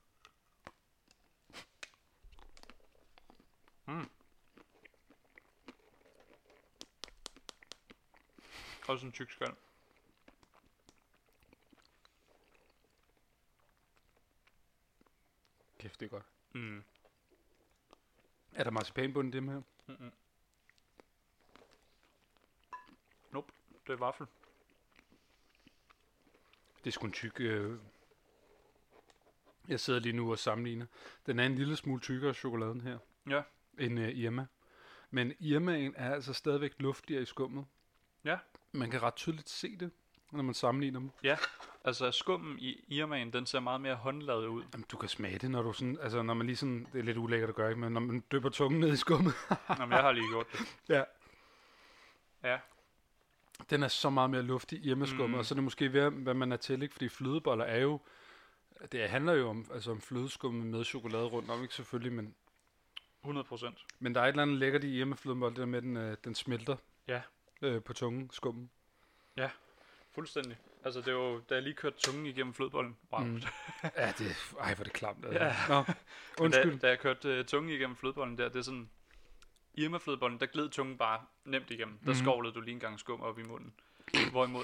Også en tyk skal. Kæft, det er godt. Mm. Er der marcipanbund i dem her? Mm-mm. Nope, det er vaffel. Det er sgu en tyk. Jeg sidder lige nu og sammenligner. Den er en lille smule tykkere, chokoladen her. Ja. End Irma. Men Irmaen er altså stadigvæk luftigere i skummet. Ja. Man kan ret tydeligt se det, når man sammenligner dem. Ja, altså skummen i Irmaen, den ser meget mere håndlavet ud. Jamen, du kan smage det, når du sådan, altså når man lige sådan, det er lidt ulækkert at gøre, ikke? Men når man dypper tungen ned i skummet. Jamen, jeg har lige gjort det. Ja. Ja. Den er så meget mere luftig i Irma-skummet, og så er det måske ved, hvad man er til, ikke? Fordi flødeboller er jo, det handler jo om flødeskummet med chokolade rundt om, ikke selvfølgelig, men 100%. Men der er et eller andet lækkert i Irma-flødebolle, det der med, den smelter. Ja. På tungen, skummen. Ja, fuldstændig. Altså, det er jo, da jeg lige kørte tungen igennem flødebollen. Wow. Ja, hvor er det klamt. Altså. Ja. Nå, undskyld. Da jeg kørte tungen igennem flødebollen der, det er sådan, Irma-flødebollen, der gled tungen bare nemt igennem. Der skovlede du lige en gang skum op i munden. Hvorimod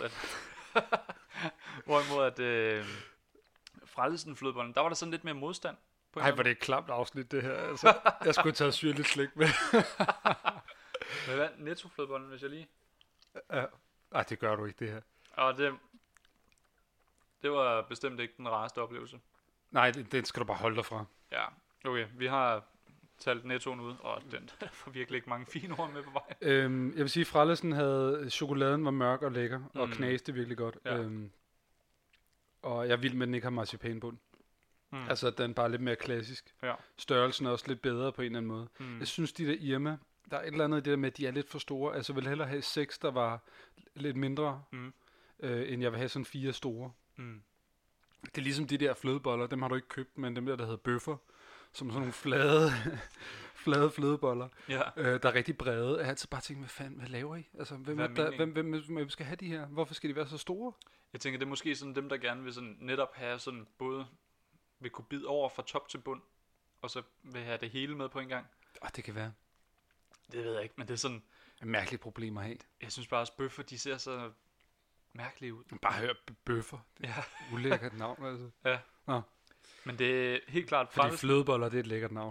at Frellesen-flødebollen, der var der sådan lidt mere modstand. Ej, hvor det er et klamt afsnit, det her. Altså, jeg skulle tage syrligt slik med. Hvad Netto-flødebollen, hvis jeg lige... Ej, det gør du ikke, det her. Og det var bestemt ikke den rareste oplevelse. Nej, det skal du bare holde dig fra. Ja, okay. Vi har talt Nettoen ud, og den får virkelig ikke mange fine ord med på vej. Jeg vil sige, at Frellesen havde... Chokoladen var mørk og lækker, og knaste virkelig godt. Ja. Og jeg vil med, at den ikke har marcipanbund. Altså, den er bare lidt mere klassisk. Ja. Størrelsen er også lidt bedre på en eller anden måde. Jeg synes, de der Irma... Der er et eller andet i det der med, at de er lidt for store. Altså, jeg vil hellere have 6, der var lidt mindre, end jeg vil have sådan 4 store. Det er ligesom de der flødeboller, dem har du ikke købt, men dem der hedder bøffer, som sådan nogle flade flødeboller, der er rigtig brede. Jeg har altid bare tænkt, hvad laver I? Altså, hvem skal have de her? Hvorfor skal de være så store? Jeg tænker, det er måske sådan dem, der gerne vil sådan netop have sådan både vil kunne bide over fra top til bund, og så vil have det hele med på en gang. Det kan være. Det ved jeg ikke, men det er sådan... Et mærkeligt problem at have. Jeg synes bare, at bøffer, de ser så mærkelige ud. Bare hør bøffer. Det er ulækkert navn, altså. Ja. Nå. Men det er helt klart... Fordi flødeboller, det er et lækkert navn.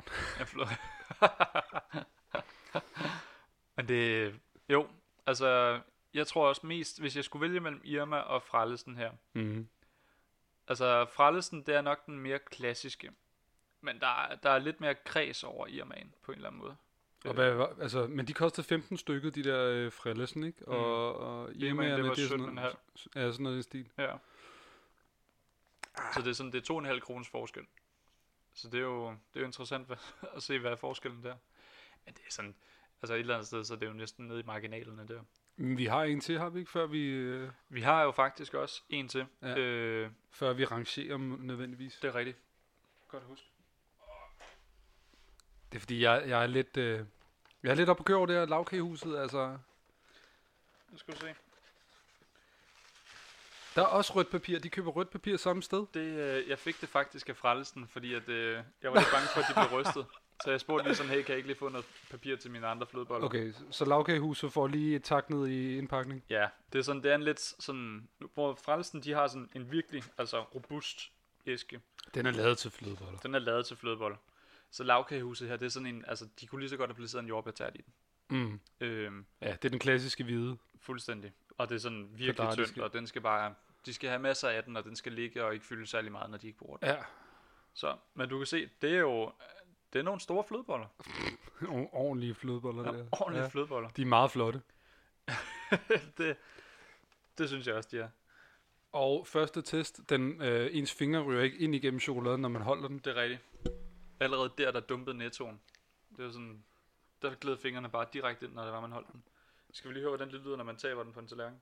Men det... Jo, altså... Jeg tror også mest, hvis jeg skulle vælge mellem Irma og Frellesen her. Altså, Frellesen, det er nok den mere klassiske. Men der er lidt mere kreds over Irmaen, på en eller anden måde. Og men de kostede 15 stykker, de der Frellesen, ikke? Og Irmaen, det var 17,5. Ja, sådan noget i stil. Ja. Så det er sådan, det er 2,5 kroners forskel. Så det er jo interessant at se, hvad er forskellen der. Men det er sådan, altså et eller andet sted, så det er jo næsten nede i marginalerne der. Men vi har en til, har vi ikke, før vi... Vi har jo faktisk også en til. Ja. Før vi rangerer nødvendigvis. Det er rigtigt. Godt at huske. Det er fordi, jeg er lidt... jeg er lidt oppe på køre over det her lavkagehuset, altså... Nu skal du se. Der er også rødt papir. De køber rødt papir samme sted. Jeg fik det faktisk af Frellesen, fordi at, jeg var lidt bange for, at de blev rystet. Så jeg spurgte lige sådan, hey, kan jeg ikke lige få noget papir til mine andre flødeboller? Okay, så lavkagehuset får lige et tak ned i indpakning. Ja, det er en lidt sådan... Hvor Frellesen, de har sådan en virkelig, altså robust æske. Den er lavet til flødeboller. Så lavkagehuset her, det er sådan en... Altså, de kunne lige så godt have placeret en jordbærtert i den. Ja, det er den klassiske hvide. Fuldstændig. Og det er sådan virkelig tyndt, og den skal bare... De skal have masser af den, og den skal ligge og ikke fylde særlig meget, når de ikke bruger den. Ja. Så, men du kan se, det er jo... Det er nogle store flødeboller. Ordentlige flødeboller. Ja, ordentlige flødeboller. De er meget flotte. det synes jeg også, de er. Og første test, ens fingre ryger ikke ind igennem chokoladen, når man holder den. Det er rigtigt. Allerede der dumpede Nettoen. Det var sådan, der gled fingrene bare direkte ind, når det var, man holdt den. Skal vi lige høre, hvordan det lyder, når man taber den på en tallerken?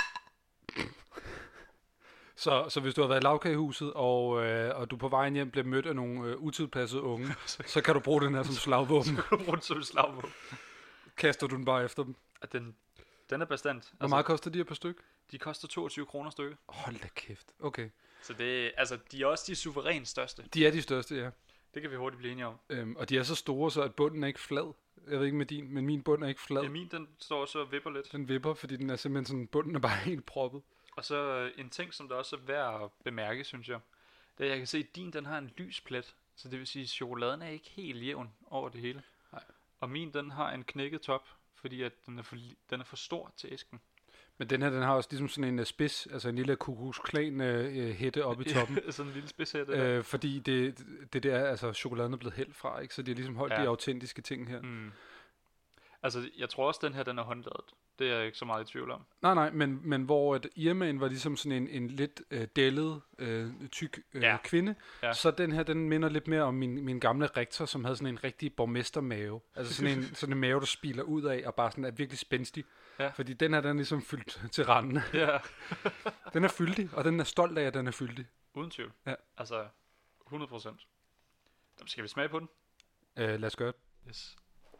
Så hvis du har været i lavkagehuset, og du på vejen hjem bliver mødt af nogle utilpassede unge, så kan du bruge den her som slagvåben. Så kan du bruge den som slagvåben. Kaster du den bare efter dem? Den er bestandt. Hvor meget koster de her per styk? De koster 22 kroner stykke. Hold da kæft. Okay. Så det, altså, de er også de suverænt største. De er de største, ja. Det kan vi hurtigt blive enige om. Og de er så store, så at bunden er ikke flad. Jeg ved ikke med din, men min bund er ikke flad. Ja, min den står også og vipper lidt. Den vipper, fordi den er simpelthen sådan, bunden er bare helt proppet. Og så en ting, som der også er værd at bemærke, synes jeg, det er, at jeg kan se, at din den har en lys plet. Så det vil sige, at chokoladen er ikke helt jævn over det hele. Nej. Og min den har en knækket top, fordi at den er for stor til æsken. Men den her, den har også ligesom sådan en spids, altså en lille Ku Klux Klan hætte oppe i toppen. Sådan en lille spidshætte. Fordi det der, altså chokoladen er blevet hældt fra, ikke? Så de har ligesom holdt de autentiske ting her. Altså, jeg tror også, den her, den er håndlavet. Det er jeg ikke så meget i tvivl om. Nej, men hvor at Irmaen var ligesom sådan en lidt dællet, tyk kvinde, så den her, den minder lidt mere om min gamle rektor, som havde sådan en rigtig borgmestermave. Altså sådan en mave, der spiler ud af, og bare sådan er virkelig spændstig. Ja. Fordi den her, den er ligesom fyldt til randen. Ja. Den er fyldig, og den er stolt af, at den er fyldig. Uden tvivl. Ja. Altså, 100%. Skal vi smage på den? Lad os gøre det. Yes.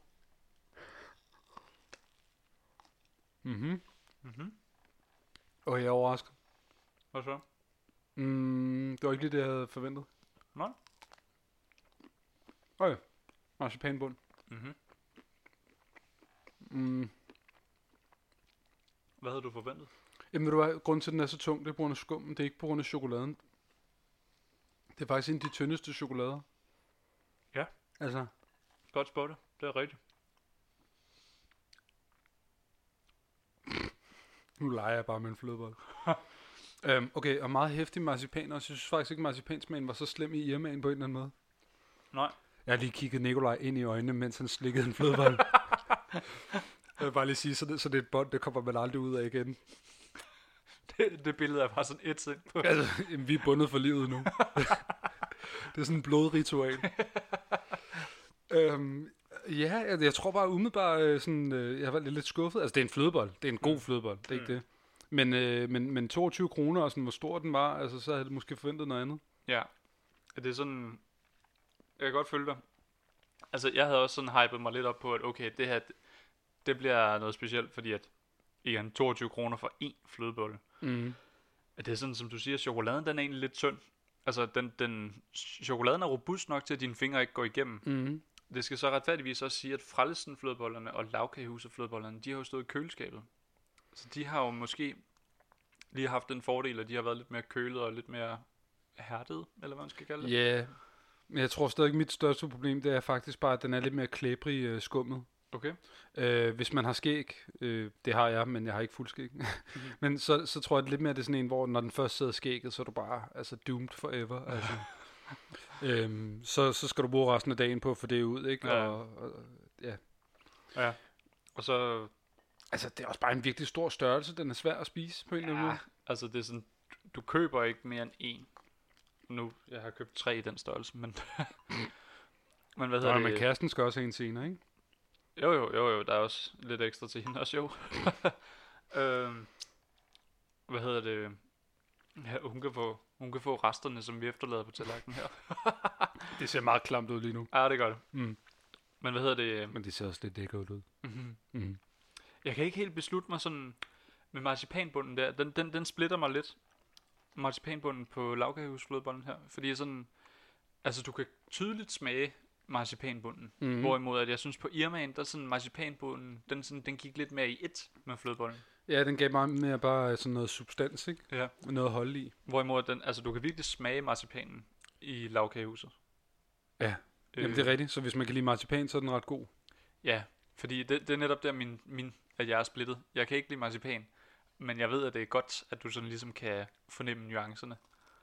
Og jeg er overrasket. Hvad så? Det var ikke lige det, jeg havde forventet. Nej. Okay. Marcipanbund. Hvad havde du forventet? Jamen ved du hvad, grunden til, at den er så tung, det er på grund af skummen. Det er ikke på grund af chokoladen. Det er faktisk en af de tyndeste chokolader. Ja. Altså. Godt spottet. Det er rigtigt. Nu leger jeg bare med en flødebold. Okay, og meget hæftig marcipan. Og jeg synes faktisk ikke, at marcipansmagen var så slem i Irmaen på en eller anden måde. Nej. Jeg har lige kigget Nikolaj ind i øjnene, mens han slikkede en flødebold. Jeg vil bare lige sige, så det er et bånd, det kommer man aldrig ud af igen. Det billede er bare sådan et sind på. Altså, vi er bundet for livet nu. Det er sådan en blodritual. Ja, jeg tror bare umiddelbart, jeg var lidt skuffet. Altså, det er en flødebold. Det er en god flødebold. Det er ikke det. Men 22 kroner, og sådan, hvor stor den var, altså, så havde jeg måske forventet noget andet. Ja. Det er sådan... Jeg kan godt følge dig. Altså, jeg havde også sådan hypet mig lidt op på, at okay, det her, det bliver noget specielt, fordi at igen, 22 kroner for én flødebolle. At det er sådan, som du siger, chokoladen, den er egentlig lidt tynd. Altså, chokoladen er robust nok til, at dine fingre ikke går igennem. Det skal så retfærdigvis også sige, at Frellesen-flødebollerne og Lagkagehuset-flødebollerne, de har jo stået i køleskabet. Så de har jo måske lige haft den fordel, at de har været lidt mere kølet og lidt mere hærdet, eller hvad man skal kalde det. Ja, yeah. Men jeg tror stadig, mit største problem, det er faktisk bare, at den er lidt mere klæbrig skummet. Okay. Hvis man har skæg, det har jeg, men jeg har ikke fuld skæg. Men så tror jeg det lidt mere, det er sådan en, hvor når den først sidder skægget, så er du bare doomed forever. Altså. Så skal du bruge resten af dagen på at få det ud, ikke? Ja. Ja. Og så... Altså, det er også bare en virkelig stor størrelse. Den er svær at spise på en eller anden måde. Altså, det er sådan... Du køber ikke mere end én. Nu, jeg har købt 3 i den størrelse, men... men hvad hedder det? Men kæresten skal også have en senere, ikke? Jo, der er også lidt ekstra til hende også, jo. Hvad hedder det? Ja, hun kan få resterne, som vi efterlader på tallerkenen her. Det ser meget klamt ud lige nu. Ja, det gør det. Men hvad hedder det? Men det ser også lidt lækkert ud. Jeg kan ikke helt beslutte mig sådan med marcipanbunden der. Den splitter mig lidt. Marcipanbunden på Lagkagehusflødebollen her, fordi sådan, altså du kan tydeligt smage marcipanbunden, hvorimod at jeg synes på Irmaen, der sådan marcipanbunden, den gik lidt mere i ét med flødebollen. Ja, den gav meget mere bare sådan noget substans, ikke? Ja. Noget at holde i. Hvorimod den, altså du kan virkelig smage marcipanen i Lagkagehuset. Ja, jamen det er rigtigt, så hvis man kan lide marcipan, så er den ret god. Ja, fordi det er netop der at jeg er splittet. Jeg kan ikke lide marcipan, men jeg ved, at det er godt, at du sådan ligesom kan fornemme nuancerne.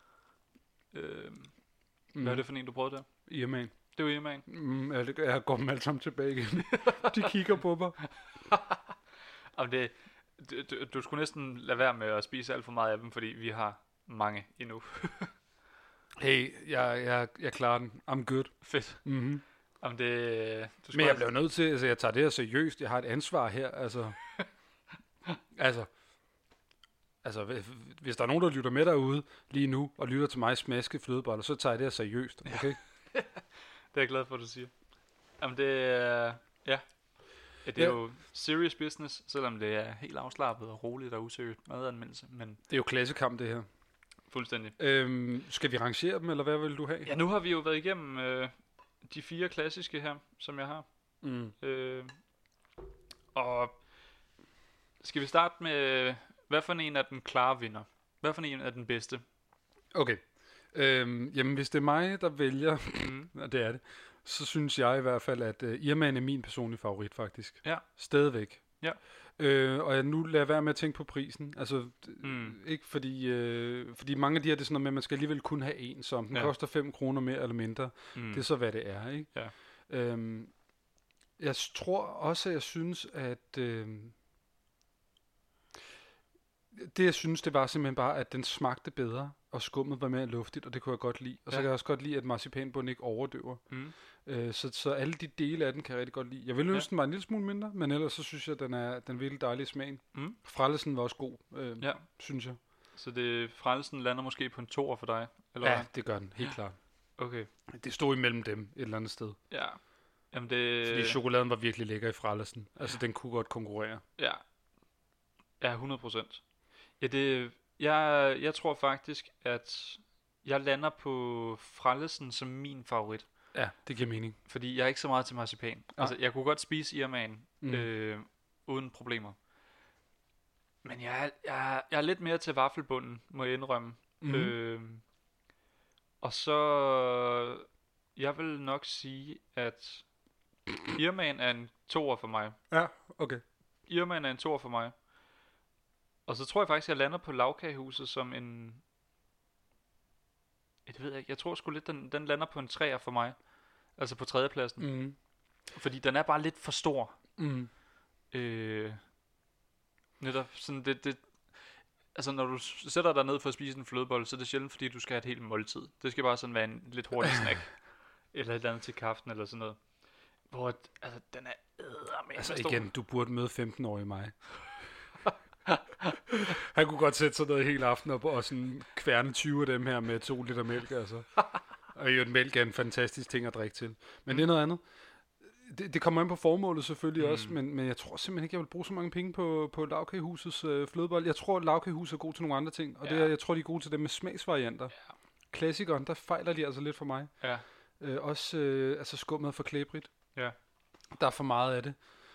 Hvad er det for en, du prøvede der? Irmaen. Det var Irmaen. Jeg går dem alle sammen tilbage igen. De kigger på mig. Jamen du skulle næsten lade være med at spise alt for meget af dem, fordi vi har mange endnu. Hey, jeg klarer den. I'm good. Fedt. Mm-hmm. Jamen men jeg bliver nødt til, altså jeg tager det her seriøst. Jeg har et ansvar her, altså. Altså, hvis der er nogen, der lytter med derude lige nu, og lytter til mig smaske flødeboller, så tager jeg det her seriøst, okay? Det er jeg glad for, at du siger. Jamen det er, det er jo serious business, selvom det er helt afslappet og roligt og useriøst madanmeldelse, men... Det er jo klassekamp, det her. Fuldstændig. Skal vi rangere dem, eller hvad vil du have? Ja, nu har vi jo været igennem de 4 klassiske her, som jeg har. Og skal vi starte med... Hvad for en er den klare vinder? Hvad for en er den bedste? Okay. Jamen, hvis det er mig, der vælger, og det er det, så synes jeg i hvert fald, at Irmaen er min personlige favorit, faktisk. Ja. Stadigvæk. Ja. Og jeg nu lader være med at tænke på prisen. Altså, ikke fordi mange af de her, det er sådan noget med, at man skal alligevel kun have en, som den koster 5 kroner mere eller mindre. Det er så, hvad det er, ikke? Ja. Jeg tror også, at jeg synes, at... Det jeg synes, det var simpelthen bare, at den smagte bedre, og skummet var mere luftigt, og det kunne jeg godt lide. Og så kan jeg også godt lide, at marcipanbunden ikke overdøver. Så alle de dele af den kan jeg rigtig godt lide. Jeg ville ønske, den var en lille smule mindre, men ellers så synes jeg, den er virkelig dejlig smag. Frellesen var også god, synes jeg. Så Frellesen lander måske på en 2'er for dig? Eller ja, hvad? Det gør den, helt klart. Okay. Det stod imellem dem et eller andet sted. Ja. Jamen fordi chokoladen var virkelig lækker i Frellesen. Altså, den kunne godt konkurrere. Ja. Ja, 100%. Ja, jeg tror faktisk, at jeg lander på Frellesen som min favorit. Ja, det giver mening. Fordi jeg er ikke så meget til marcipan. Altså, jeg kunne godt spise Irmaen, uden problemer. Men jeg er lidt mere til vaffelbunden, må jeg indrømme. Og så... Jeg vil nok sige, at Irman er en toer for mig. Ja, okay. Irman er en toer for mig. Og så tror jeg faktisk, jeg lander på Lagkagehuset som en... Jeg ved ikke, jeg tror sgu lidt, den lander på en treer for mig. Altså på tredjepladsen. Fordi den er bare lidt for stor. Netop sådan det... Altså når du sætter dig ned for at spise en flødebolle, så er det sjældent, fordi du skal have et helt måltid. Det skal bare sådan være en lidt hurtig snack. Eller et eller andet til kaffen eller sådan noget. Hvor altså, den er eddermame altså stor. igen, du burde møde 15-årige mig. Han kunne godt sætte sig ned hele aften op og sådan kværne 20 af dem her med 2 liter mælk, altså. Og jo, mælk er en fantastisk ting at drikke til. Men det er noget andet. Det kommer ind på formålet selvfølgelig også, men jeg tror simpelthen ikke, jeg vil bruge så mange penge på Lagkagehusets flødebold. Jeg tror, at Lagkagehuset er god til nogle andre ting, og jeg tror, de er gode til det med smagsvarianter. Ja. Klassikeren, der fejler de altså lidt for mig. Ja. Altså skummet for klæbrigt. Ja. Der er for meget af det.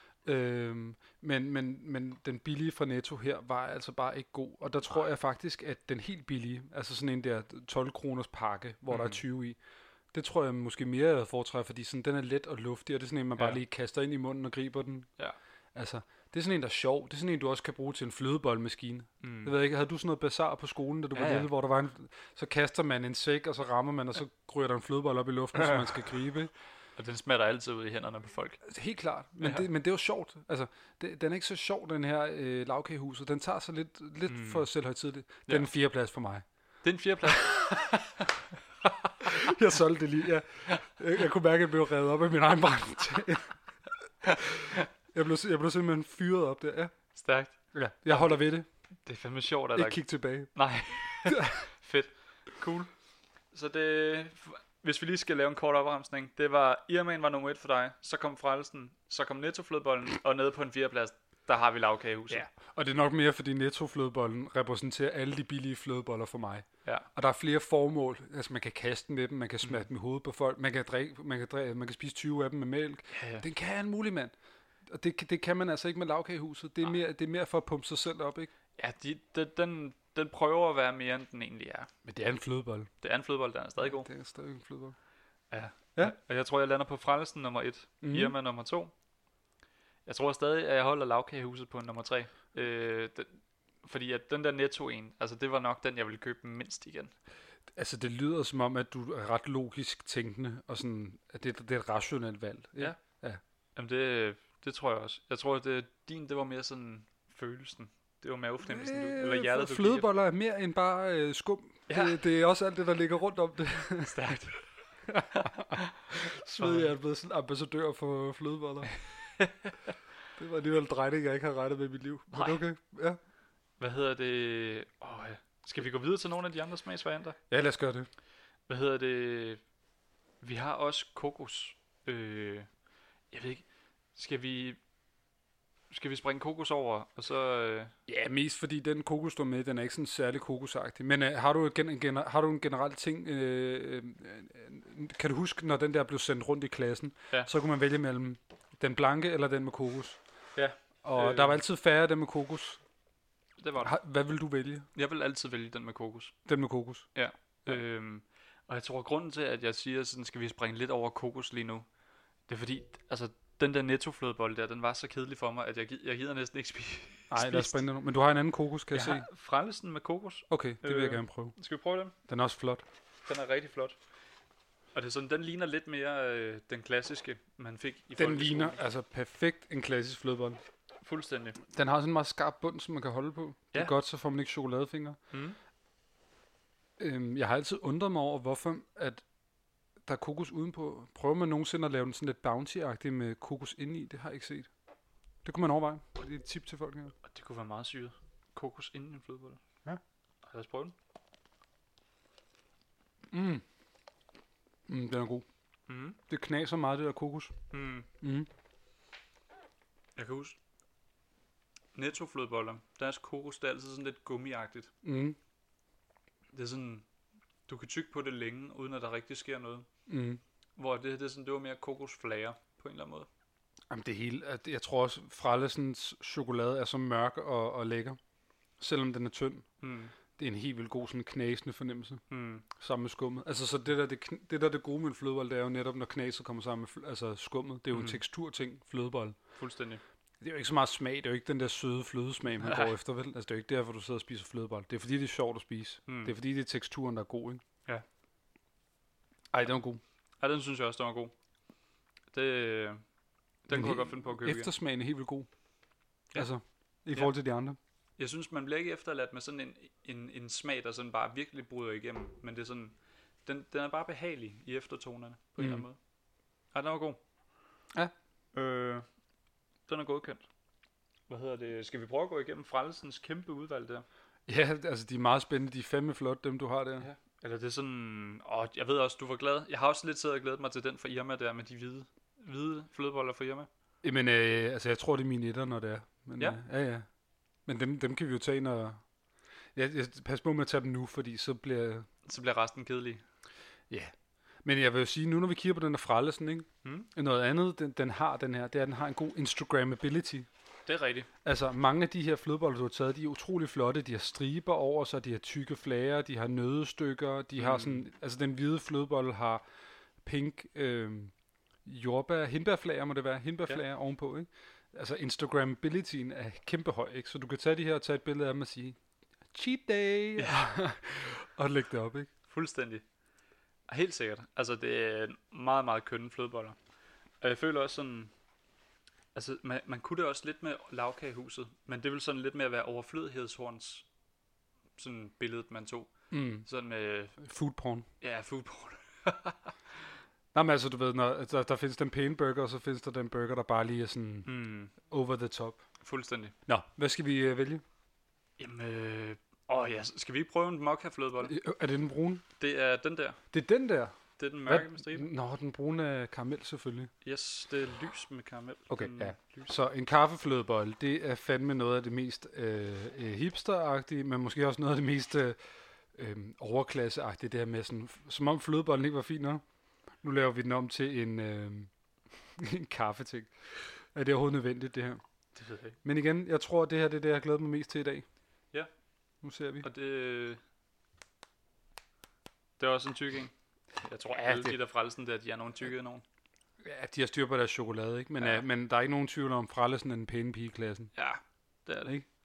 Men den billige fra Netto her var altså bare ikke god. Og der tror jeg faktisk, at den helt billige, altså sådan en der 12 kroners pakke, hvor der er 20 i, det tror jeg måske mere, jeg foretrækker, fordi sådan, den er let og luftig, og det er sådan en, man bare lige kaster ind i munden og griber den. Ja. Altså, det er sådan en, der er sjov. Det er sådan en, du også kan bruge til en flødeboldmaskine. Jeg ved ikke, havde du sådan noget bazar på skolen, da du var lille, hvor der var så kaster man en sæk, og så rammer man, og så ryger der en flødebold op i luften, som man skal gribe. Og den smatter altid ud i hænderne på folk. Helt klart, men det er jo sjovt. Altså, den er ikke så sjov, den her Lagkagehuset. Den tager sig lidt for selvhøjtidligt. Den er en 4. plads for mig. Det er en 4. plads. Jeg solgte det lige, ja. Jeg kunne mærke, at jeg blev revet op af min egen brand. Jeg blev simpelthen fyret op der, ja. Stærkt. Ja, jeg holder ved det. Det er fandme sjovt, at ikke kig tilbage. Nej. Fedt. Cool. Så det... Hvis vi lige skal lave en kort opremsning. Det var, Irman var nummer 1 for dig. Så kom Frelsen. Så kom Netto-flødebollen. Og nede på en 4. plads, der har vi Lagkagehuset. Ja. Og det er nok mere, fordi Netto-flødebollen repræsenterer alle de billige flødeboller for mig. Ja. Og der er flere formål. Altså man kan kaste med dem, man kan smage dem i hovedet på folk, man kan spise 20 af dem med mælk. Ja. Den kan en mulig mand. Og det kan man altså ikke med Lagkagehuset. Det er mere for at pumpe sig selv op, ikke? Ja, den prøver at være mere, end den egentlig er. Men det er en flødebold. Det er en flødebold, den er stadig god. Det er stadig en flødebold. Ja. Og jeg tror, jeg lander på Frelsen nummer 1. Irma nummer 2. Jeg tror stadig, at jeg holder Lagkagehuset på nummer 3. Fordi at den der Netto en, altså det var nok den, jeg ville købe mindst igen. Altså det lyder som om, at du er ret logisk tænkende, og sådan, at det er et rationelt valg. Ja. Jamen det tror jeg også. Jeg tror, at det var mere sådan følelsen. Det var mavefornemmelsen, eller hjertet. Flødeboller er mere end bare skum. Ja. Det er også alt det, der ligger rundt om det. Stærkt. Sved, jeg er blevet sådan ambassadør for flødeboller. Det var alligevel drejning, jeg ikke har regnet med i mit liv. Men okay, ja. Hvad hedder det? Skal vi gå videre til nogle af de andre smagsvarianter? Ja, lad os gøre det. Hvad hedder det? Vi har også kokos. Jeg ved ikke. Skal vi springe kokos over, og så... Ja, mest fordi den kokos, du er med, den er ikke sådan særlig kokosagtig. Men har du en generel ting... kan du huske, når den der blev sendt rundt i klassen, så kunne man vælge mellem den blanke eller den med kokos? Ja. Og der var altid færre af dem med kokos. Det var der. Hvad vil du vælge? Jeg vil altid vælge den med kokos. Den med kokos? Ja. Og jeg tror, grunden til, at jeg siger, sådan skal vi springe lidt over kokos lige nu, det er fordi, altså... Den der Netto-flødebold der, den var så kedelig for mig, at jeg gider næsten ikke spise. Nej, lad os springe den nu. Men du har en anden kokos, kan jeg se. Jeg har Frelsen med kokos. Okay, det vil jeg gerne prøve. Skal vi prøve den? Den er også flot. Den er rigtig flot. Og det er sådan, den ligner lidt mere den klassiske, man fik i Den ligner altså perfekt en klassisk flødebold. Fuldstændig. Den har sådan en meget skarp bund, som man kan holde på. Det er godt, så får man ikke chokoladefingre. Jeg har altid undret mig over, hvorfor at der er kokos udenpå. Prøver man nogensinde at lave den sådan lidt bounty-agtig med kokos indeni? Det har jeg ikke set. Det kunne man overveje. Det er et tip til folk her. Og det kunne være meget syret. Kokos inden i en flødebolle. Ja. Lad os prøve den. Den er god. Det knaser meget, det der kokos. Jeg kan huske. Netto-flødeboller. Deres kokos, det er altid sådan lidt gummiagtigt. Det er sådan... Du kan tygge på det længe, uden at der rigtig sker noget. Hvor det er sådan, det var mere kokosflager på en eller anden måde. Jamen det hele, jeg tror også, Frellesens chokolade er så mørk og lækker, selvom den er tynd. Det er en helt vildt god sådan knasende fornemmelse, sammen med skummet. Altså så det der det gode med en flødebold, det er jo netop, når knaset kommer sammen med altså skummet. Det er jo en teksturting, flødebold. Fuldstændig. Det er jo ikke så meget smag, det er jo ikke den der søde flødesmag, man går efter, vel? Altså det er jo ikke derfor, du sidder og spiser flødebold. Det er fordi, det er sjovt at spise. Det er fordi, det er teksturen, der er god, ikke? Ja. Ej, den var god. Ja, den synes jeg også, den var god. Den kunne jeg godt finde på at købe. Eftersmagen er helt vildt god. Ja. Altså, i forhold til de andre. Jeg synes, man bliver ikke efterladt med sådan en smag, der sådan bare virkelig bryder igennem. Men det er sådan, den er bare behagelig i eftertonerne, på en eller anden måde. Ja, den var god. Ja. Den er godkendt. Hvad hedder det? Skal vi prøve at gå igennem Frelsens kæmpe udvalg der? Ja, altså de er meget spændende. De er fandme flot, dem du har der. Ja. Eller det er sådan... jeg ved også, du var glad. Jeg har også lidt siddet og glædet mig til den fra Irma der, med de hvide flødeboller fra Irma. Jamen, altså jeg tror, det er mine etter, når det er. Men, ja. Ja. Men dem kan vi jo tage, når... Jeg pas på med at tage dem nu, fordi så bliver resten kedelig. Ja. Men jeg vil jo sige, nu når vi kigger på den der Frellesen, ikke? Noget andet, den har den her, det er, at den har en god Instagrammability. Det er rigtigt. Altså, mange af de her flødeboller, du har taget, de er utrolig flotte. De har striber over sig, de har tykke flager, de har nøddestykker, de har sådan... Altså, den hvide flødebolle har pink hindbærflager, må det være. Hindbærflager ovenpå, ikke? Altså, Instagrammabilityen er kæmpe høj, ikke? Så du kan tage de her og tage et billede af dem og sige, cheat day! Ja. Og lægge det op, ikke? Fuldstændig. Helt sikkert. Altså, det er meget, meget kønne flødeboller. Og jeg føler også sådan... Altså, man kunne det også lidt med lavkagehuset, men det vil sådan lidt mere være overflødighedshorns sådan billedet, man tog. Sådan med... Food porn. Ja, food porn. Nej, men altså, du ved, når der findes den pæne burger, og så findes der den burger, der bare lige er sådan over the top. Fuldstændig. Nå, hvad skal vi vælge? Jamen, skal vi ikke prøve en mokka-flødebolle? Er det den brune? Det er den der. Det er den der? Det er den mørke med striben. Nå, den brune er karamel selvfølgelig. Yes, det er lys med karamel. Okay, ja. Så en kaffeflødebolle, det er fandme noget af det mest hipsteragtige, men måske også noget af det mest overklasseagtige, det her med sådan, som om flødebollen ikke var fin nok. Nu laver vi den om til en kaffeting. Er det overhovedet nødvendigt, det her? Det ved jeg ikke. Men igen, jeg tror, det her det er det, jeg glæder mig mest til i dag. Ja. Nu ser vi. Og det er også en tyk, ikke? Jeg tror, alle de der Frelsen der, de er nogle tykke nogen. Ja, de har styr på deres chokolade, ikke? Men, men der er ikke nogen tvivl om, Frellesen er den pæne pige i klassen. Ja, det er det. Ikke?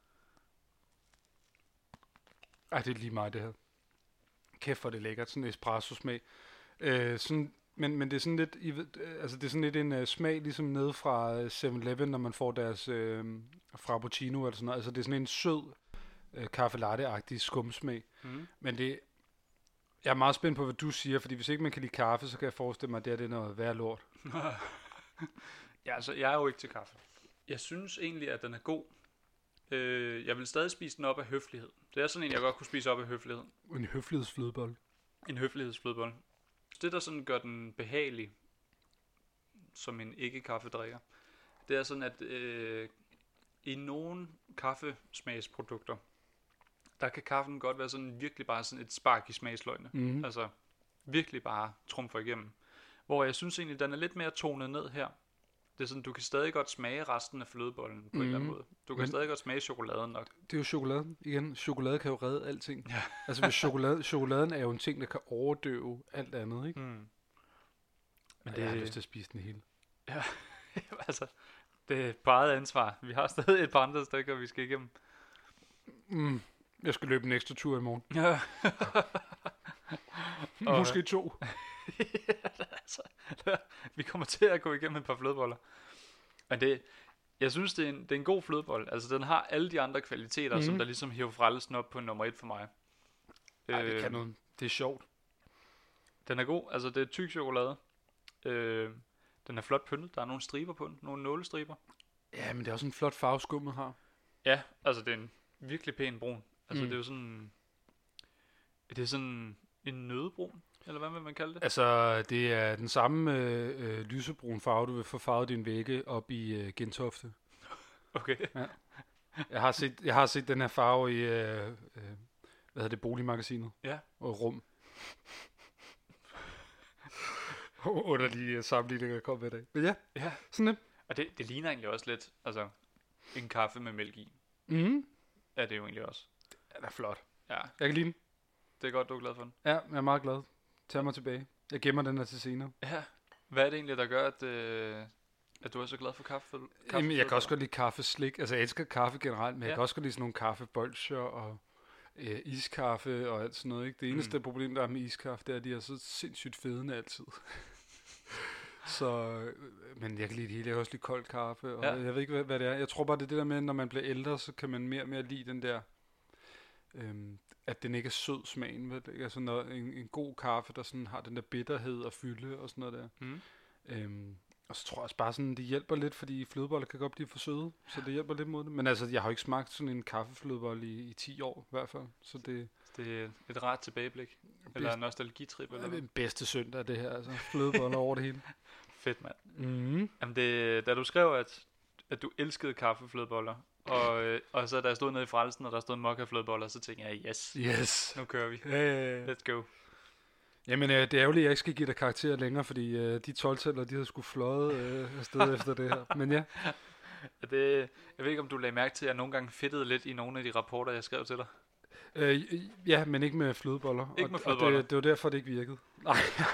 Ej, det er lige mig, det her. Kæft, hvor det lækkert. Sådan en espresso-smag. Men det er sådan lidt, altså det er sådan lidt en smag, ligesom nede fra 7-Eleven, når man får deres frappuccino eller sådan noget. Altså det er sådan en sød kaffe latte-agtig skumsmag. Men det... Jeg er meget spændt på, hvad du siger, fordi hvis ikke man kan lide kaffe, så kan jeg forestille mig, at det er noget værd lort. Ja, altså, jeg er jo ikke til kaffe. Jeg synes egentlig, at den er god. Jeg vil stadig spise den op af høflighed. Det er sådan en, jeg godt kunne spise op af høflighed. En høflighedsflødebolle. En høflighedsflødebolle. Det, der sådan gør den behagelig, som en ikke-kaffedrikker, det er sådan, at i nogle kaffesmagsprodukter, der kan kaffen godt være sådan virkelig bare sådan et spark i smagsløgene. Altså virkelig bare trumfer igennem. Hvor jeg synes egentlig, den er lidt mere tonet ned her. Det er sådan, du kan stadig godt smage resten af flødebollen på en eller anden måde. Du kan stadig godt smage chokoladen nok. Det er jo chokoladen. Igen, chokolade kan jo redde alting. Ja. Altså hvis chokoladen er jo en ting, der kan overdøve alt andet, ikke? Men det jeg har lyst til at spise den hele. Ja, altså, det er på eget ansvar. Vi har stadig et par andre stykker, vi skal igennem. Jeg skal løbe en ekstra tur i morgen. Ja. Måske 2. Altså, vi kommer til at gå igennem et par flødeboller. Men jeg synes, det er en god flødebolle. Altså, den har alle de andre kvaliteter, som der ligesom hiver Frelsen op på nummer 1 for mig. Ej, det kan noget. Det er sjovt. Den er god. Altså, det er tyk chokolade. Den er flot pyntet. Der er nogle striber på den. Nogle nålestriber. Ja, men det er også en flot farve, skummet har. Ja, altså, det er en virkelig pæn brun. Altså, det er jo sådan... Det er sådan en nødebrun. Eller hvad vil man kalde det? Altså, det er den samme lysebrun farve, du vil få farvet din vægge op i Gentofte. Okay. Ja. Jeg har set den her farve i, hvad hedder det, Boligmagasinet. Ja. Og Rum. Underlige sammenligninger, der kom med i dag. Men ja, sådan det. Og det ligner egentlig også lidt, altså en kaffe med mælk i. Er det jo egentlig også. Ja, det er flot. Ja, Jeg kan lide den. det er godt, du er glad for den. Ja, jeg er meget glad. Tag mig tilbage. Jeg gemmer den her til senere. Ja. Hvad er det egentlig, der gør, at du er så glad for kaffe? Jamen, jeg kan også godt lide kaffeslik. Altså, jeg elsker kaffe generelt, men jeg kan også godt lide sådan nogle kaffebolcher og iskaffe og alt sådan noget. Ikke? Det eneste problem, der er med iskaffe, det er, at de er så sindssygt fedende altid. Så, men jeg kan lide det hele. Jeg kan også lide kold kaffe, og jeg ved ikke, hvad det er. Jeg tror bare, det er det der med, når man bliver ældre, så kan man mere og mere lide den der, at den ikke er sød smagen. Vel? Altså en god kaffe, der sådan har den der bitterhed og fylde og sådan noget der. Og så tror jeg også bare sådan, det hjælper lidt, fordi flødeboller kan godt blive for søde, så det hjælper lidt mod det. Men altså, jeg har jo ikke smagt sådan en kaffeflødebolle i 10 år i hvert fald, så det er et rart tilbageblik, eller en nostalgitrip, eller det er bedste søndag, det her, altså flødeboller over det hele. Fedt, mand. Jamen da du skrev, at du elskede kaffeflødeboller, og så da jeg stod nede i Frelsen, og der stod mokka-flødeboller, så tænkte jeg, yes, nu kører vi. Let's go. Jamen, det er ærgerligt, at jeg ikke skal give dig karakter længere, fordi de 12-tæller, de havde sgu fløjet afsted efter det her. Men ja. Jeg ved ikke, om du lagde mærke til, at jeg nogle gange fedtede lidt i nogle af de rapporter, jeg skrev til dig. Ja, men ikke med flødeboller. Ikke med flødeboller. Og det var derfor, det ikke virkede. Nej.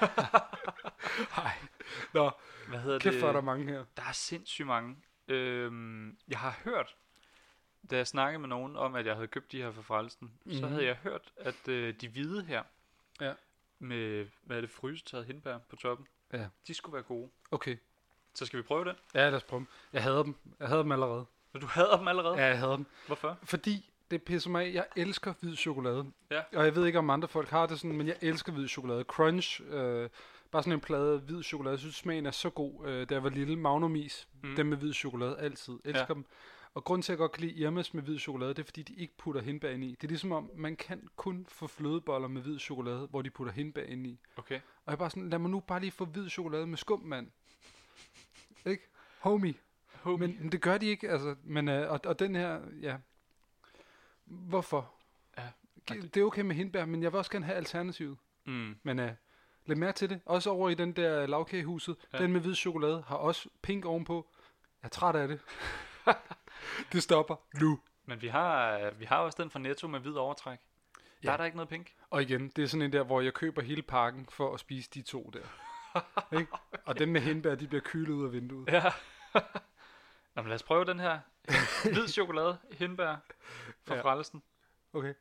Nå, hvad hedder kæft, for der mange her. Der er sindssygt mange. Jeg har hørt, da jeg snakkede med nogen om, at jeg havde købt de her fra Frelsen, så havde jeg hørt, at de hvide her, med, hvad er det, frysetaget hindbær på toppen, de skulle være gode. Okay. Så skal vi prøve det? Ja, lad os prøve dem. Jeg hader dem. Jeg hader dem allerede. Så du hader dem allerede? Ja, jeg hader dem. Hvorfor? Fordi det pisser mig af. Jeg elsker hvid chokolade. Ja. Og jeg ved ikke, om andre folk har det sådan, men jeg elsker hvid chokolade. Crunch, bare sådan en plade hvid chokolade. Jeg synes, smagen er så god. Da jeg var lille, Magnumis, dem med hvid chokolade, altid. Elsker dem. Og grunden til, at jeg godt kan lide Irmas med hvid chokolade, det er, fordi de ikke putter hindbær ind i. Det er ligesom om, man kan kun få flødeboller med hvid chokolade, hvor de putter hindbær ind i. Okay. Og jeg er bare sådan, lad mig nu bare lige få hvid chokolade med skum, mand. Ikke? Homie. Men det gør de ikke, altså. Men, og den her, ja. Hvorfor? Ja. Det er okay med hindbær, men jeg vil også gerne have alternativet. Men læg mærke til det. Også over i den der lavkagehuset. Den med hvid chokolade har også pink ovenpå. Jeg er træt af det. Det stopper nu. Men vi har også den fra Netto med hvid overtræk. Der er der ikke noget pink. Og igen, det er sådan en der, hvor jeg køber hele pakken for at spise de to der. Ikke? Okay. Og dem med hindbær, de bliver kylet ud af vinduet. Ja. Nå, men lad os prøve den her. Hvid chokolade, hindbær fra Frelsen. Okay.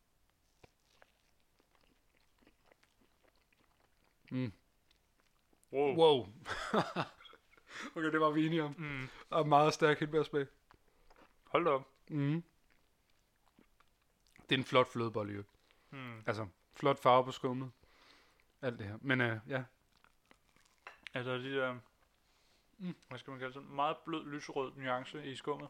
Wow. Okay, det var vi enige om. Og meget stærk hindbærsmag. Hold da op. Det er en flot flødebolle, jo. Altså, flot farve på skummet. Alt det her. Men ja. Altså de der, hvad skal man kalde det, meget blød lyserød nuance i skummet.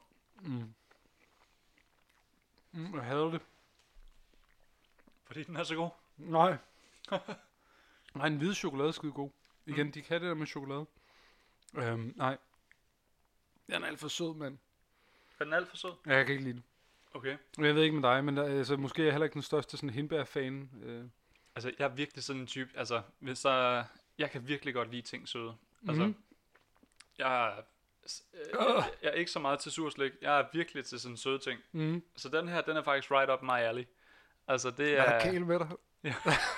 Jeg hader det. Fordi den er så god? Nej. Nej, en hvid chokolade er skide god. Igen, de kan det der med chokolade. Nej. Den er alt for sød, mand. Er den alt for sød? Ja, jeg kan ikke lide den. Okay. Jeg ved ikke med dig, men altså, måske er jeg heller ikke den største sådan hindbær-fan. Altså, jeg er virkelig sådan en type, altså, hvis jeg kan virkelig godt lide ting søde. Altså, jeg er ikke så meget til surslik. Jeg er virkelig til sådan søde ting. Så den her, den er faktisk right up my alley. Altså, det er... Er der kæle med dig? Ja.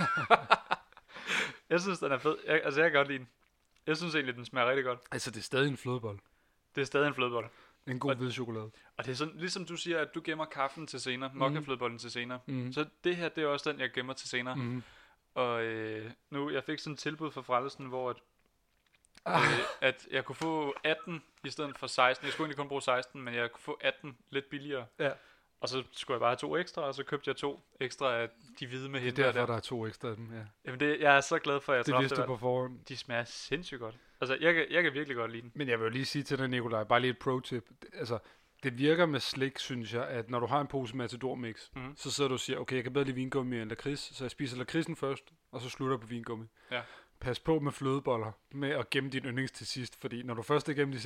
Jeg synes, den er fed. Jeg kan godt lide den. Jeg synes egentlig, den smager rigtig godt. Altså, det er stadig en flødebolle. Det er stadig en flødebolle. En god hvid chokolade. Og det er sådan, ligesom du siger, at du gemmer kaffen til senere, mokkaflødebollen til senere. Så det her, det er også den, jeg gemmer til senere. Og nu, jeg fik sådan et tilbud fra Frelsen, hvor at jeg kunne få 18 i stedet for 16. Jeg skulle egentlig kun bruge 16, men jeg kunne få 18 lidt billigere. Ja. Og så skulle jeg bare have 2 ekstra, og så købte jeg 2 ekstra af de hvide med hindbær. Det er derfor, der er 2 ekstra af dem, ja. Jamen, jeg er så glad for, at jeg det vidste du på forhånd. De smager sindssygt godt. Altså, jeg kan virkelig godt lide den. Men jeg vil jo lige sige til dig, Nikolaj, bare lige et pro-tip. Altså, det virker med slik, synes jeg, at når du har en pose Matador Mix, så sidder du og siger, okay, jeg kan bedre lide vingummi end lakrids, så jeg spiser lakridsen først, og så slutter på vingummi. Ja. Pas på med flødeboller, med at gemme din yndlings til sidst, fordi når du først er igennem de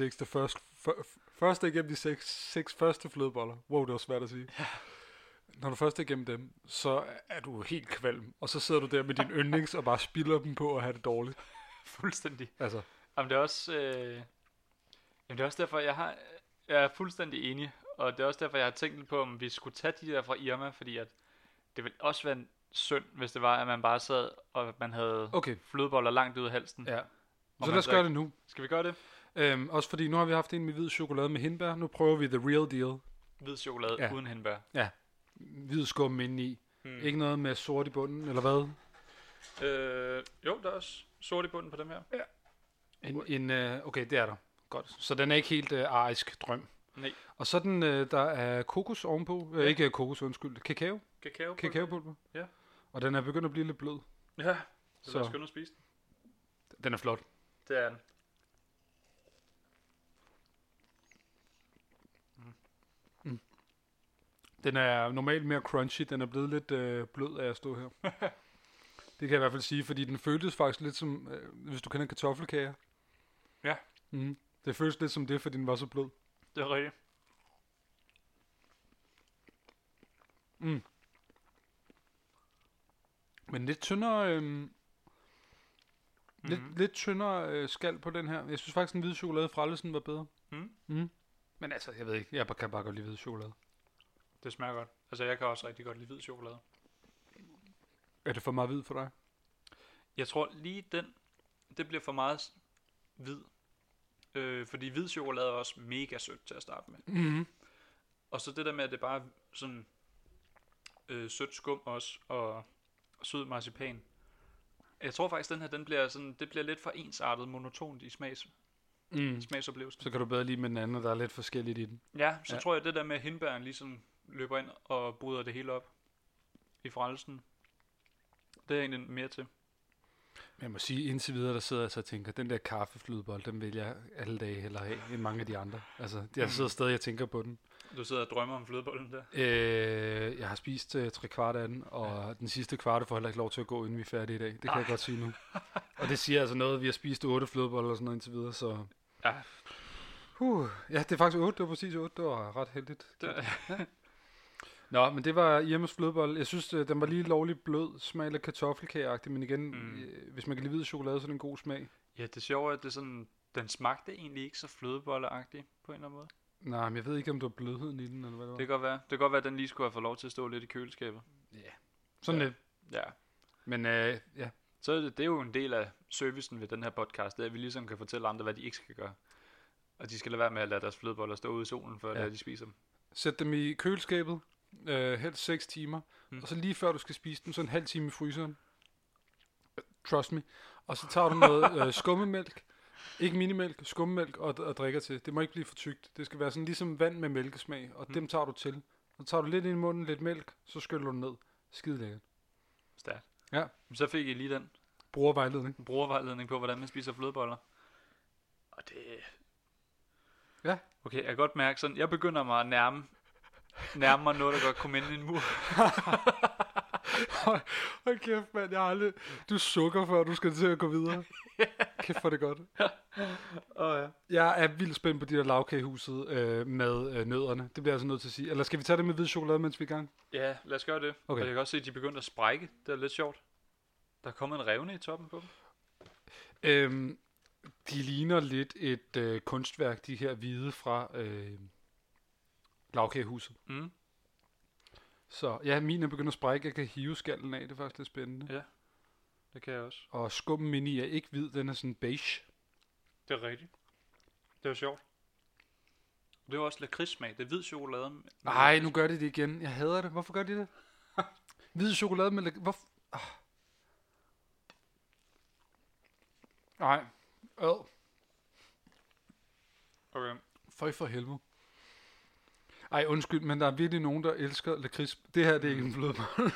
6 første flødeboller, wow, det var svært at sige. Ja. Når du først er igennem dem, så er du helt kvalm, og så sidder du der med din yndlings og bare spilder dem på at have det dårligt. Fuldstændig. Altså. Jamen det er også, Jamen det er også derfor, jeg er fuldstændig enig. Og det er også derfor, jeg har tænkt lidt på, om vi skulle tage de der fra Irma, fordi at det ville også være en synd, hvis det var, at man bare sad, og man havde flødeboller langt ud af halsen. Ja. Så lad os gøre det nu. Skal vi gøre det? Også fordi nu har vi haft en med hvid chokolade med hindbær. Nu prøver vi the real deal. Hvid chokolade uden hindbær. Ja. Hvid skum indeni. Ikke noget med sort i bunden, eller hvad? Jo, der er også sort i bunden på dem her. Ja. Okay, det er der. Godt. Så den er ikke helt arisk drøm. Nej. Og så den, der er kokos ovenpå. Ikke kokos, undskyld. Kakao. Kakaopulver. Ja. Og den er begyndt at blive lidt blød. Ja, så lad os skynde at spise den. Den er flot. Det er den. Den er normalt mere crunchy. Den er blevet lidt blød af at stå her. Det kan jeg i hvert fald sige, fordi den føltes faktisk lidt som, hvis du kender kartoffelkager. Ja. Det føles lidt som det, fordi den var så blød. Det er rigtigt. Men lidt tyndere, lidt tyndere skal på den her. Jeg synes faktisk, den hvide chokolade fra Allesen var bedre. Men altså, jeg ved ikke. Jeg kan bare godt lide hvid chokolade. Det smager godt. Altså, jeg kan også rigtig godt lide hvid chokolade. Er det for meget hvid for dig? Jeg tror lige det bliver for meget hvid. Fordi hvid chokolade er også mega sødt til at starte med. Og så det der med, at det bare er sådan sødt skum også, og sød marcipan. Jeg tror faktisk, det bliver lidt for ensartet, monotont i smagsoplevelsen. Så kan du bedre lide med den anden, der er lidt forskelligt i den. Ja, så tror jeg, det der med hindbæren ligesom løber ind og bryder det hele op i frelsen. Det er egentlig mere til. Jeg må sige, indtil videre, der sidder jeg så og tænker, den der kaffeflødebold, den vil jeg alle dage hellere have, end mange af de andre. Altså, jeg sidder stadig og tænker på den. Du sidder og drømmer om flødebollen der? Jeg har spist 3/4 af den, og den sidste kvarte får heller ikke lov til at gå, inden vi er færdige i dag. Det kan jeg godt sige nu. Og det siger altså noget, vi har spist 8 flødeboller og sådan noget indtil videre, så... Ja. Ja, det er faktisk 8, det var præcis 8, det var ret heldigt. Nå, men det var Irmas flødebolle. Jeg synes, den var lige lovligt blød, smag lidt kartoffelkageagtig, men igen, hvis man kan lide hvid chokolade, så er det en god smag. Ja, det sjove er, at det sådan, den smagte egentlig ikke så flødebolleagtig på en eller anden måde. Nej, men jeg ved ikke, om det var blødheden i den, eller hvad det var. Det kan godt være. Det kan godt være, at den lige skulle have fået lov til at stå lidt i køleskabet. Ja, sådan lidt. Ja. Men ja. Så det er jo en del af servicen ved den her podcast, det er, at vi ligesom kan fortælle andre, hvad de ikke skal gøre. Og de skal lade være med at lade deres flødeboller stå ude i solen, før de spiser dem. Sæt dem i køleskabet, helst 6 timer, og så lige før du skal spise dem, så en halv time i fryseren. Trust me. Og så tager du noget skummemælk, ikke minimælk, skummemælk og drikker til. Det må ikke blive for tykt. Det skal være sådan ligesom vand med mælkesmag, og dem tager du til. Så tager du lidt ind i munden, lidt mælk, så skyller du ned. Skide lækkert. Stærkt. Ja. Så fik I lige den. Brugervejledning på, hvordan man spiser flødeboller. Og det... Ja. Okay, jeg kan godt mærke sådan, jeg begynder mig at nærme mig noget, der godt komme ind i en mur. Hold kæft, mand, du sukker, før du skal til at gå videre. Kæft, for det godt. Ja. Jeg er vildt spændt på de der lavkagehuset med nødderne. Det bliver jeg altså nødt til at sige. Eller skal vi tage det med hvid chokolade, mens vi er i gang? Ja, lad os gøre det. Okay. Og jeg kan også se, at de begynder at sprække. Det er lidt sjovt. Der er kommet en revne i toppen på dem. De ligner lidt et kunstværk, de her hvide fra lavkagehuset. Så ja, min er begyndt at sprække. Jeg kan hive skallen af. Det er faktisk lidt spændende. Ja, det kan jeg også. Og skummen inde i er ikke hvid. Den er sådan beige. Det er rigtigt. Det var sjovt. Det var også lakridssmag. Det er hvid chokolade. Nej, nu gør de det igen. Jeg hader det. Hvorfor gør de det? Hvid chokolade med hvorfor? Nej. Okay. Føj for helvede. Ej, undskyld, men der er virkelig nogen, der elsker lakrids. Det her, det er ikke en flødebolle.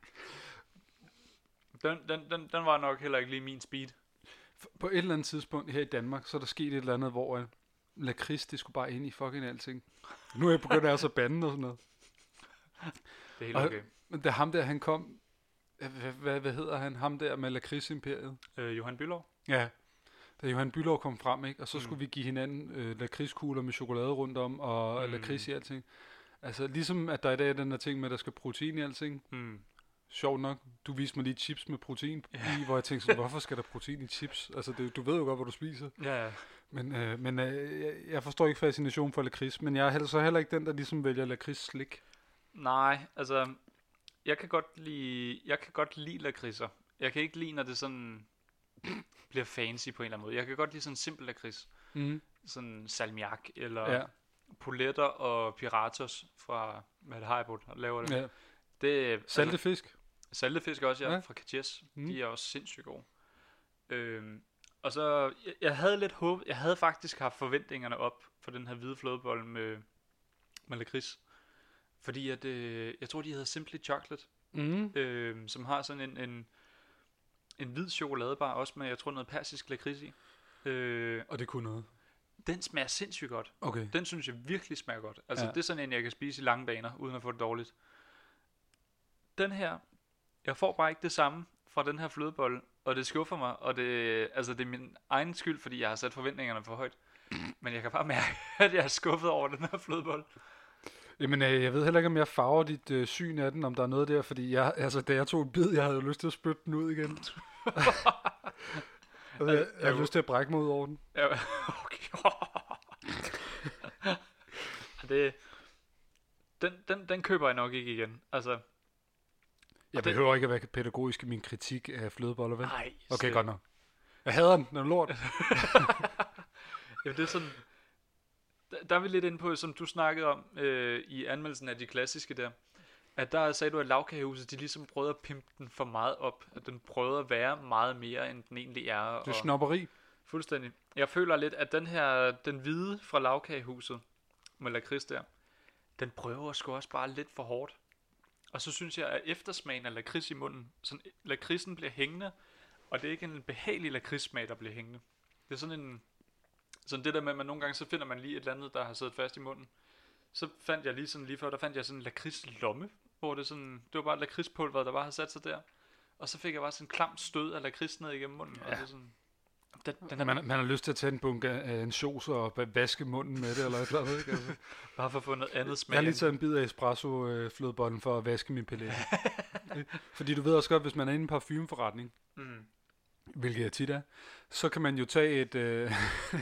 Den var nok heller ikke lige min speed. På et eller andet tidspunkt her i Danmark, så er der sket et eller andet, hvor lakrids, det skulle bare ind i fucking alting. Nu er jeg begyndt at så bande og sådan noget. Det er helt okay. Men da ham der, han kom, hvad hedder han? Ham der med lakridsimperiet? Johan Bülow. Ja. Da Johan Bülow kom frem, ikke? Og så skulle vi give hinanden lakridskugler med chokolade rundt om, og lakrids i alting. Altså, ligesom at der i dag er den der ting med, at der skal protein i alting. sjovt nok, du viste mig lige chips med protein i, hvor jeg tænkte sådan, hvorfor skal der protein i chips? Altså, du ved jo godt, hvad du spiser. Ja. Men jeg forstår ikke fascination for lakrids, men jeg er så heller ikke den, der ligesom vælger lakridsslik. Nej, altså, jeg kan godt lide lakridser. Jeg kan ikke lide, når det sådan bliver fancy på en eller anden måde. Jeg kan godt lide sådan simpel lakrids. Sådan salmiak, eller poletter og piratos fra, hvad det Haribo, der laver det. Ja. Det Saltefisk. Saltefisk også, ja. Fra Katjes. De er også sindssygt gode. Og så, jeg havde lidt håb, jeg havde faktisk haft forventningerne op for den her hvide flødebolle med lakrids. Fordi at, jeg tror, de hedder Simply Chocolate, som har sådan en hvid chokoladebar, også med, jeg tror, noget persisk lakrids i. Og det kunne noget. Den smager sindssygt godt. Okay. Den synes jeg virkelig smager godt. Altså, det er sådan en, jeg kan spise i lange baner, uden at få det dårligt. Den her, jeg får bare ikke det samme fra den her flødebolle, og det skuffer mig, og det er min egen skyld, fordi jeg har sat forventningerne for højt. Men jeg kan bare mærke, at jeg er skuffet over den her flødebolle. Jamen, jeg ved heller ikke, om jeg farver dit syn af den, om der er noget der, fordi da jeg tog en bid, jeg havde jo lyst til at spytte den ud igen. Jeg havde lyst til at brække mig ud over den. Ja, okay. Den køber jeg nok ikke igen. Altså, jeg behøver ikke at være pædagogisk i min kritik af flødeboller, vel? Nej. Okay, godt nok. Jeg hader den er lort. Jamen, det er sådan, der er vi lidt inde på, som du snakkede om i anmeldelsen af de klassiske der, at der sagde du, at Lagkagehuset, de ligesom prøvede at pimpe den for meget op, at den prøvede at være meget mere, end den egentlig er. Det er snobberi. Fuldstændig. Jeg føler lidt, at den hvide fra Lagkagehuset med lakrids der, den prøver sgu også bare lidt for hårdt. Og så synes jeg, at eftersmagen af lakrids i munden, sådan lakridsen bliver hængende, og det er ikke en behagelig lakridssmag, der bliver hængende. Det er sådan det der med, at man nogle gange, så finder man lige et eller andet, der har siddet fast i munden. Så fandt jeg lige før, der fandt jeg sådan en lakridslomme, hvor det var bare lakridspulver, der bare havde sat sig der. Og så fik jeg bare sådan en klamt stød af lakrids ned igennem munden. Ja. Og så sådan, man har lyst til at tage en bunke af en sauce og vaske munden med det, eller et eller andet, ikke? Altså. Bare for at få noget andet smag. Jeg har lige taget en bid af espresso-flødebollen for at vaske min palet. Fordi du ved også godt, hvis man er inde i en parfumeforretning, hvilket jeg tit er, så kan man jo tage et...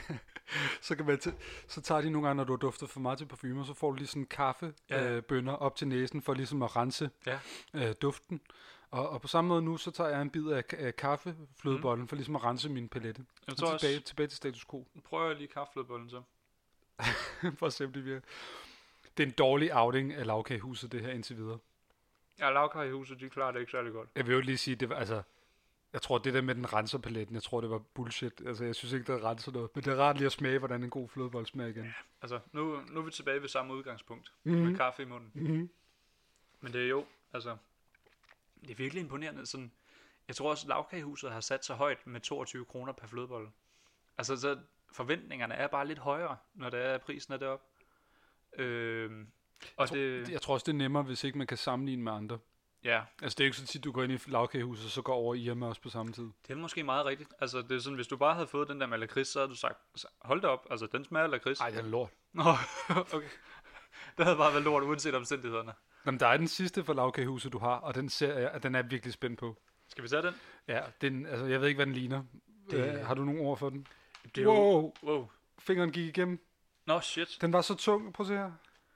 så tager de nogle gange, når du har duftet for meget til parfumer, så får du lige sådan kaffebønner op til næsen, for ligesom at rense duften. Og på samme måde nu, så tager jeg en bid af kaffeflødebollen, for ligesom at rense min palette. Tilbage til status quo. Prøver jeg lige kaffeflødebollen så. For at se, om det virker. Det er en dårlig outing af Lagkagehuset, det her indtil videre. Ja, Lagkagehuset, de klarer det ikke særlig godt. Jeg vil jo lige sige, det var, altså... Jeg tror, det der med den renserpaletten, jeg tror, det var bullshit. Altså, jeg synes ikke, det renser noget. Men det er rart lige at smage, hvordan en god flødebolle smager igen. Ja, altså, nu er vi tilbage ved samme udgangspunkt. Med kaffe i munden. Men det er jo, altså... Det er virkelig imponerende. Sådan, jeg tror også, at Lagkagehuset har sat sig højt med 22 kroner per flødebolle. Altså, så forventningerne er bare lidt højere, når det er prisen er deroppe. Jeg tror også, det er nemmere, hvis ikke man kan sammenligne med andre. Ja. Altså, det er ikke sådan, at du går ind i Lagkagehuset, og så går over i Irma også på samme tid. Det er måske meget rigtigt. Altså, det er sådan, hvis du bare havde fået den der med lakrids, så havde du sagt, hold da op, altså, den smager lakrids. Nej, det er lort. Nå, okay. Det havde bare været lort, uanset omstændighederne. Jamen, der er den sidste for Lagkagehuset, du har, og den ser jeg, at den er virkelig spændt på. Skal vi tage den? Ja, altså, jeg ved ikke, hvad den ligner. Har du nogle ord for den? Det wow. Fingeren gik igennem. Nå, shit. Den var så tung, prøv at se her.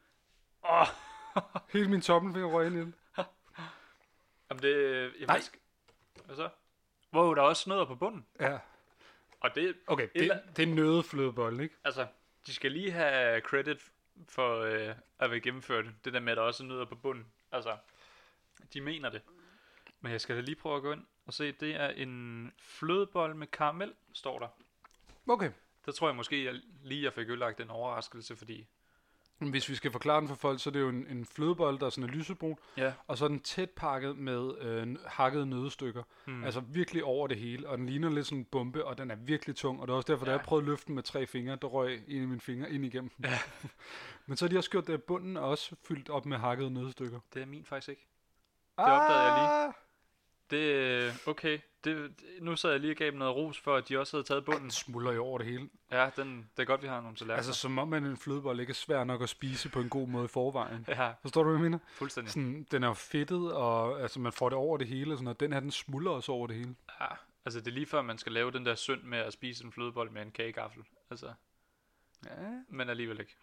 Hele min tommelfinger røg ind i den. Jamen nej. Hvad så? Wow, der er også nødder på bunden. Ja. Og det... Okay, det er en nødeflødebolle, ikke? Altså, de skal lige have credit for at være gennemført. Det der med, at der også er nødder på bunden. Altså, de mener det. Men jeg skal da lige prøve at gå ind og se. Det er en flødebolle med karamel, står der. Okay. Der tror jeg måske, jeg fik ødelagt en overraskelse, fordi... Hvis vi skal forklare den for folk, så er det jo en flødebolle, der er sådan en lysebrun, og så er den tæt pakket med hakkede nøddestykker. Altså virkelig over det hele, og den ligner lidt sådan en bombe, og den er virkelig tung, og det er også derfor, da jeg prøvede at løfte den med 3 fingre, der røg en af mine fingre ind igennem den. Ja. Men så har de også gjort det af bunden, og også fyldt op med hakkede nøddestykker. Det er min faktisk ikke. Det opdagede jeg lige. Okay. Nu sad jeg lige og gav dem noget ros for, at de også havde taget bunden. Den smuldrer jo over det hele. Ja, det er godt, vi har nogle tallerkener. Altså, som om en flødebolle ikke er svær nok at spise på en god måde i forvejen. Ja. Forstår du, hvad jeg mener? Fuldstændig. Sådan, den er jo fedtet, og altså, man får det over det hele, og sådan noget. Den her, den smuldrer også over det hele. Ja, altså det er lige før, man skal lave den der synd med at spise en flødebolle med en kagegaffel. Altså, ja. Men alligevel ikke.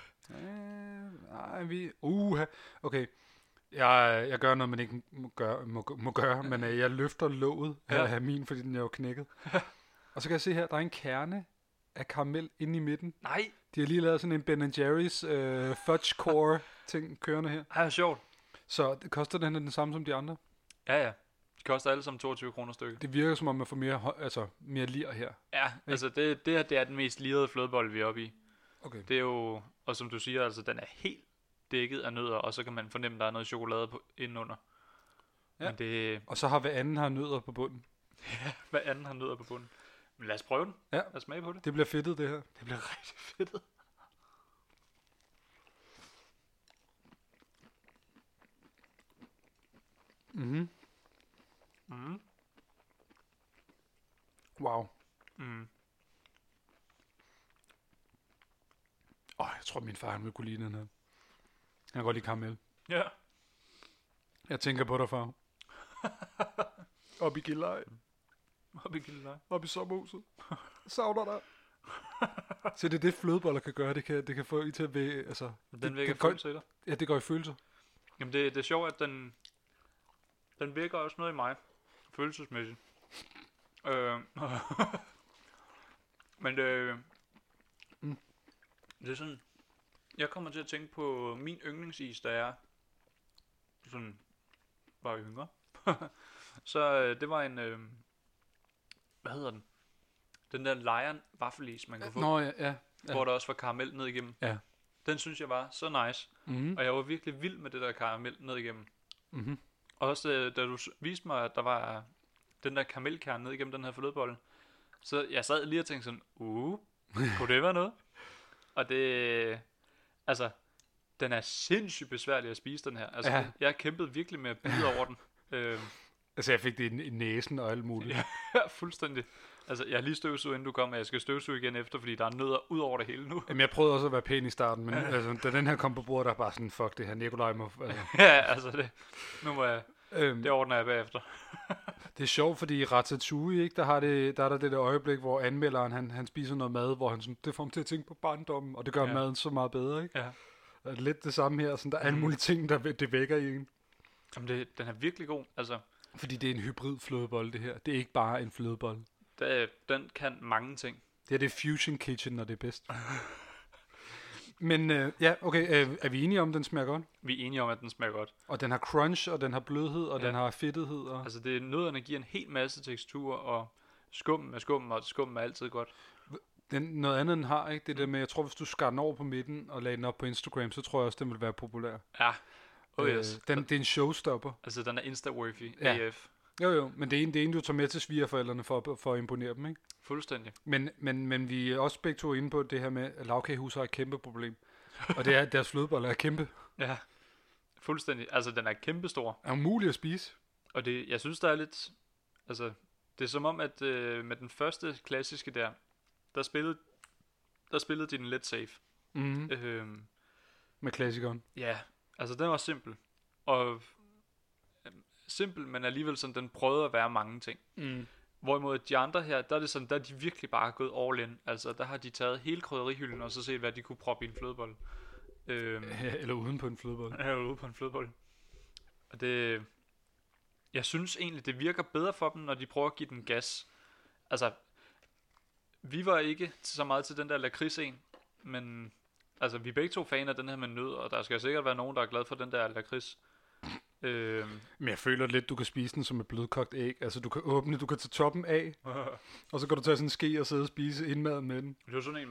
Nej, okay. Jeg gør noget, man ikke må gøre, men jeg løfter låget af min, fordi den er jo knækket. Og så kan jeg se her, der er en kerne af karamel inde i midten. Nej! De har lige lavet sådan en Ben Jerry's fudge core ting kørende her. Ej, sjovt. Så det koster den samme som de andre? Ja. De koster alle sammen 22 kroner stykket. Det virker som om, man får mere lir her. Ja, altså det er den mest lirede flødebolle, vi er oppe i. Okay. Det er jo, og som du siger, altså den er helt dækket af nødder, og så kan man fornemme, at der er noget chokolade indenunder. Ja. Men det... Og så har hver anden har nødder på bunden. Ja, hver anden har nødder på bunden. Men lad os prøve den. Ja. Lad os smage på det. Det bliver fedtet, det her. Det bliver rigtig fedtet. Mhm. Mhm. Wow. Mhm. Jeg tror, min far han ville kunne lide den her. Han kan godt lide karamel. Ja. Jeg tænker på dig, far. Op i Gilleleje. Op i sommerhuset. Savner dig. Så det er det, flødeboller kan gøre. Det kan få I til at væge. Altså, Den vækker følelser i dig. Ja, det går i følelser. Jamen det er sjovt, at den vækker også noget i mig. Følelsesmæssigt. Men det er sådan, jeg kommer til at tænke på min yndlingsis, da jeg sådan var yngre. Så det var en, hvad hedder den? Den der Lion vaffelis, man kunne få. Nå, ja. Hvor der også var karamel ned igennem. Ja. Den synes jeg var så nice. Mm-hmm. Og jeg var virkelig vild med det der karamel ned igennem. Mm-hmm. Og også da du viste mig, at der var den der karamelkerne ned igennem den her flødebolle. Så jeg sad lige og tænkte sådan, kunne det være noget? Og det, altså, den er sindssygt besværlig at spise, den her. Altså, ja. Jeg kæmpede virkelig med at bide over den. Altså, jeg fik det i næsen og alt muligt. Ja, fuldstændig. Altså, jeg har lige støvsuget, inden du kom, og jeg skal støvsuge igen efter, fordi der er nødder ud over det hele nu. Jamen, jeg prøvede også at være pæn i starten, men altså, da den her kom på bordet, der er bare sådan, fuck det her, Nikolaj må... Altså. Ja, altså, nu må jeg... det ordner jeg bagefter. Det er sjovt, fordi i Ratatouille, ikke, der er der det der øjeblik, hvor anmelderen, han spiser noget mad, hvor han sådan, det får ham til at tænke på barndommen, og det gør maden så meget bedre, ikke? Ja. Og lidt det samme her, sådan, der er alle mulige ting, det vækker i en. Jamen, den er virkelig god, altså. Fordi det er en hybrid flødebolle, det her. Det er ikke bare en flødebolle. Den kan mange ting. Det er Fusion Kitchen, når det er bedst. Men okay, er vi enige om, at den smager godt? Vi er enige om, at den smager godt. Og den har crunch, og den har blødhed, og den har fedtethed. Og... Altså, det er nødderne giver en hel masse tekstur, og skum er altid godt. Noget andet, den har, ikke? Det der med, jeg tror, hvis du skar den over på midten og lagde den op på Instagram, så tror jeg også, den vil være populær. Ja. Yes. Det er en showstopper. Altså, den er insta-worthy AF. Jo, men det er en, du tager med til svigerforældrene for at imponere dem, ikke? Fuldstændig. Men vi er også begge to inde på det her med, at lavkagehus har et kæmpe problem. Og det er, at deres flødeboller er kæmpe. Ja, fuldstændig. Altså, den er kæmpestor. Er umulig at spise. Og jeg synes, der er lidt... Altså, det er som om, at med den første klassiske der spillede de den lidt safe. Mm-hmm. Med klassikeren. Ja, altså den var simpel. Og simpel, men alligevel sådan, den prøvede at være mange ting. Mm. Hvorimod de andre her, der er det sådan, der er de virkelig bare gået all in. Altså, der har de taget hele krydderihylden, og så set, hvad de kunne proppe i en flødebolle. Eller uden på en flødebolle. Eller ude på en flødebolle. Og det... Jeg synes egentlig, det virker bedre for dem, når de prøver at give den gas. Altså, vi var ikke så meget til den der lakrids-en, men altså, vi er begge to fan af den her med nød, og der skal sikkert være nogen, der er glad for den der lakrids. Men jeg føler lidt, du kan spise den som et blødkogt æg. Altså, du kan åbne, du kan tage toppen af, og så kan du tage sådan en ske og sidde og spise indmaden med den. Det er jo sådan en,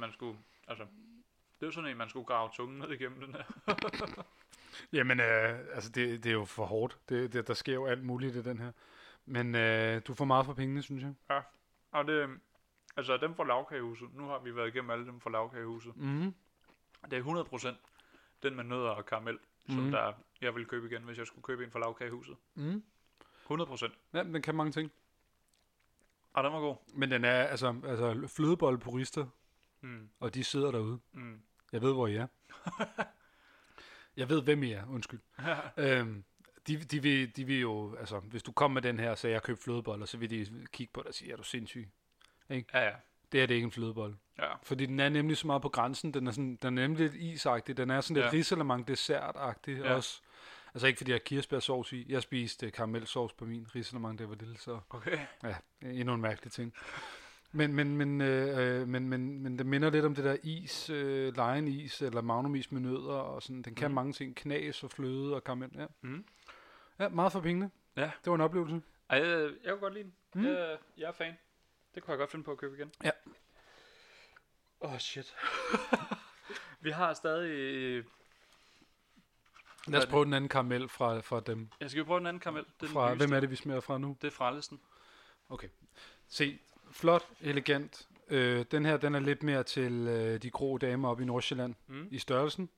man skulle grave tungen ned igennem den her. Jamen, altså, det er jo for hårdt. Der sker jo alt muligt i den her. Men du får meget for pengene, synes jeg. Ja, og det... Altså, dem fra lavkagehuset. Nu har vi været igennem alle dem fra lavkagehuset. Mm-hmm. Det er 100% den med nødder og karamel, som jeg vil købe igen, hvis jeg skulle købe en fra lavkagehuset. Mm. 100%. Ja, den kan mange ting. Og den var god. Men den er altså flødeboldpurister, og de sidder derude. Jeg ved, hvor I er. Jeg ved, hvem I er, undskyld. De vil jo, altså, hvis du kommer med den her, så jeg købt flødeboller, så vil de kigge på dig og sige, er du sindssyg? Ikke? Ja. Det er det ikke en flødebold. Ja. Fordi den er nemlig så meget på grænsen, den er nemlig lidt isagtig, den er sådan lidt risalemang dessertagtig også. Altså ikke fordi jeg har kirsebærsovs i. Jeg spiste karamelsovs på min risalemang, det var lille, så okay. Ja, endnu en mærkelig ting. Men det minder lidt om det der is, lion-is eller magnumis med nødder og sådan. Den kan mange ting. Knas og fløde og karamel. Ja. Ja, meget for pengene. Ja. Det var en oplevelse. Ej, jeg kunne godt lide den. Jeg er fan. Det kunne jeg godt finde på at købe igen. Ja. Shit. Vi har stadig... Lad os prøve den anden karamel fra dem. Jeg skal vi prøve den anden karamel. Det er fra, hvem er det, vi smager fra nu? Det er Frellesen. Okay. Se, flot, elegant. Den her, den er lidt mere til de grå damer oppe i Nordsjælland i størrelsen.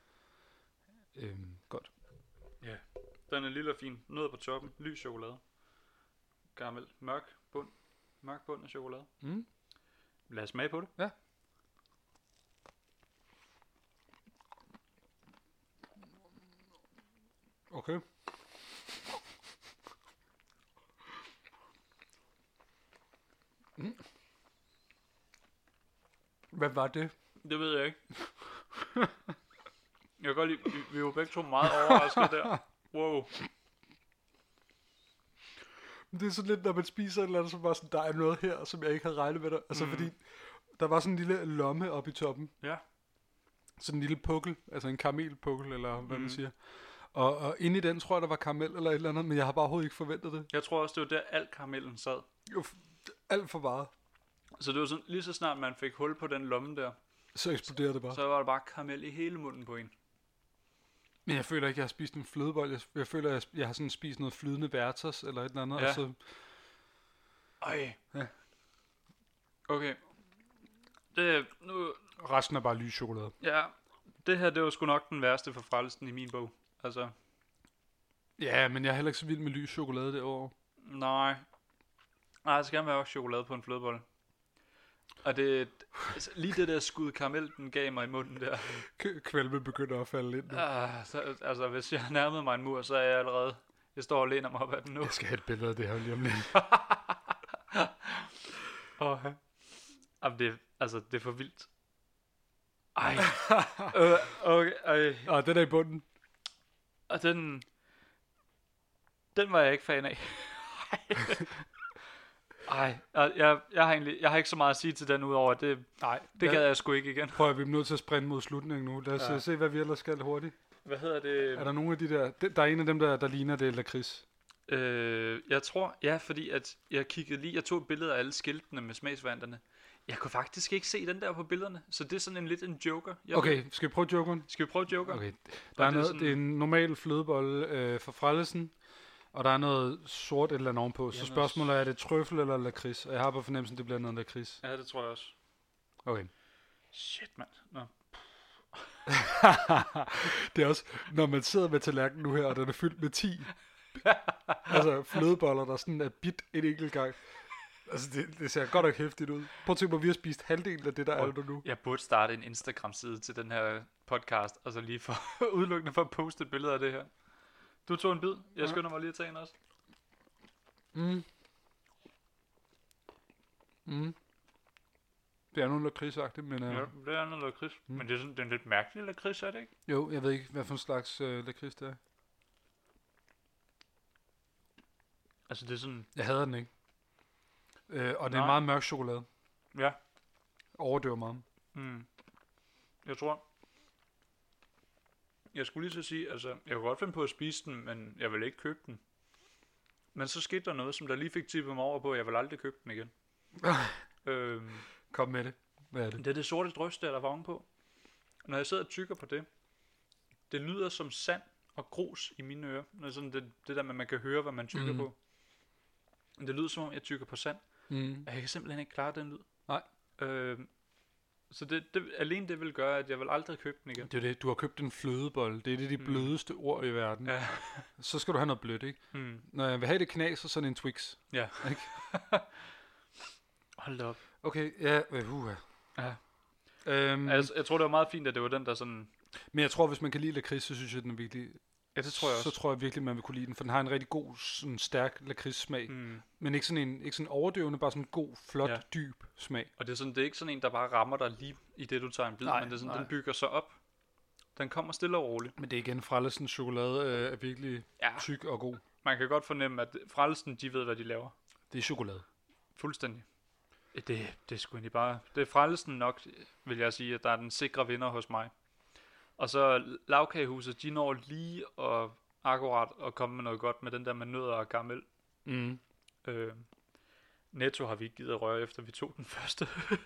Godt. Ja. Den er lille og fin. Nødder på toppen. Lys chokolade. Karamel. Mørk bund. Mørk bund af chokolade. Lad os smage på det. Ja. Okay. Hvad var det? Det ved jeg ikke. Jeg kan godt lide, vi var begge to meget overrasket der. Wow. Det er sådan lidt, når man spiser et eller andet, så bare sådan, der er noget her, som jeg ikke havde regnet med. Altså fordi, der var sådan en lille lomme oppe i toppen. Ja. Sådan en lille pukkel, altså en karamelpukkel, eller hvad man siger. Og inde i den, tror jeg, der var karamel eller et eller andet, men jeg har bare overhovedet ikke forventet det. Jeg tror også, det var der alt karamellen sad. Jo, alt for meget. Så det var sådan, lige så snart man fik hul på den lomme der, så eksploderede det bare. Så var der bare karamel i hele munden på en. Men jeg føler ikke, jeg har spist en flødebold. Jeg føler, jeg har sådan spist noget flydende Werthers eller et eller andet. Ja. Og så... Ej. Ja. Okay. Det nu... Resten er bare lys chokolade. Ja. Det her, det var sgu nok den værste for Frellesen i min bog. Altså. Ja, men jeg er heller ikke så vild med lys chokolade derovre. Nej, det skal være også chokolade på en flødebolle. Og det altså, lige det der skud karamel, den gav mig i munden der. Kvalmen begynder at falde ind nu. Altså, hvis jeg nærmede mig en mur, så er jeg allerede... Jeg står og læner mig op ad den nu. Jeg skal have et billede af det her lige om lidt. Det er for vildt. Ej. Okay. Den er i bunden. Og den var jeg ikke fan af. Ej, jeg har ikke så meget at sige til den, udover at det gad jeg sgu ikke igen. Prøv at vi er nødt til at sprinte mod slutningen nu. Lad os se, hvad vi ellers skal hurtigt. Hvad hedder det? Er der nogle af de der... Der er en af dem, der ligner det lakrids. Jeg tror, fordi at jeg kiggede lige, jeg tog et billede af alle skiltene med smagsvarianterne. Jeg kunne faktisk ikke se den der på billederne, så det er sådan lidt en joker. Okay, skal vi prøve jokeren? Skal vi prøve joker? Okay. Der er noget, sådan... det er en normal flødebolle fra Frellesen, og der er noget sort eller andet ovenpå. Så spørgsmålet er det trøffel eller lakrids? Og jeg har på fornemmelsen, det bliver noget lakrids. Ja, det tror jeg også. Okay. Shit, mand. Nå. Det er også, når man sidder med tallerkenen nu her, og den er fyldt med 10. Altså flødeboller, der sådan er bit en enkelt gang. Altså det ser godt nok hæftigt ud. Prøv at tænke på, vi har spist halvdelen af det, der er der nu. Jeg burde starte en Instagram-side til den her podcast, og så lige for udelukkende for at poste et billede af det her. Du tog en bid. Jeg skynder mig lige at tage en også. Det er noget lakridsagtigt, men... Ja, det er noget lakrids. Men det er sådan, den lidt mærkelig lakrids, er det ikke? Jo, jeg ved ikke, hvad for en slags lakrids det er. Altså det er sådan... Jeg hader den ikke. Og det er meget mørk chokolade. Ja. Overdøver meget. Jeg tror... Jeg skulle lige så sige, altså, jeg kunne godt finde på at spise den, men jeg vil ikke købe den. Men så skete der noget, som der lige fik tippet mig over på, at jeg vil aldrig købe den igen. Kom med det. Hvad er det? Det er det sorte drøs, der var ovenpå. Når jeg sidder og tykker på det, det lyder som sand og grus i mine ører. Når sådan det der med, man kan høre, hvad man tykker på. Det lyder som om, jeg tykker på sand. Jeg kan simpelthen ikke klare den lyd. Nej. Så alene det vil gøre, at jeg vil aldrig købe den igen. Det er det. Du har købt en flødebolle. Det er de blødeste ord i verden. Ja. Så skal du have noget blødt, ikke? Når jeg vil have det knas, så sådan en Twix. Ja. Ikke? Hold op. Okay, ja. Ja. Jeg tror, det var meget fint, at det var den, der sådan... Men jeg tror, hvis man kan lide lakrids, så synes jeg, den er virkelig... Ja, det tror jeg også. Så tror jeg virkelig, man vil kunne lide den, for den har en rigtig god, sådan stærk lakridssmag. Men ikke sådan overdøvende, bare sådan en god, flot, dyb smag. Og det er ikke sådan en, der bare rammer dig lige i det, du tager en bid, men det er sådan, den bygger sig op. Den kommer stille og roligt. Men det er igen, Frellesens chokolade er virkelig tyk og god. Man kan godt fornemme, at Frellesen, de ved, hvad de laver. Det er chokolade. Fuldstændig. Det er sgu egentlig bare... Det er Frellesen nok, vil jeg sige, at der er den sikre vinder hos mig. Og så Lagkagehuset, de når lige og akkurat at komme med noget godt med den der med nødder og karamel. Netto har vi ikke givet at røre efter, vi tog den første.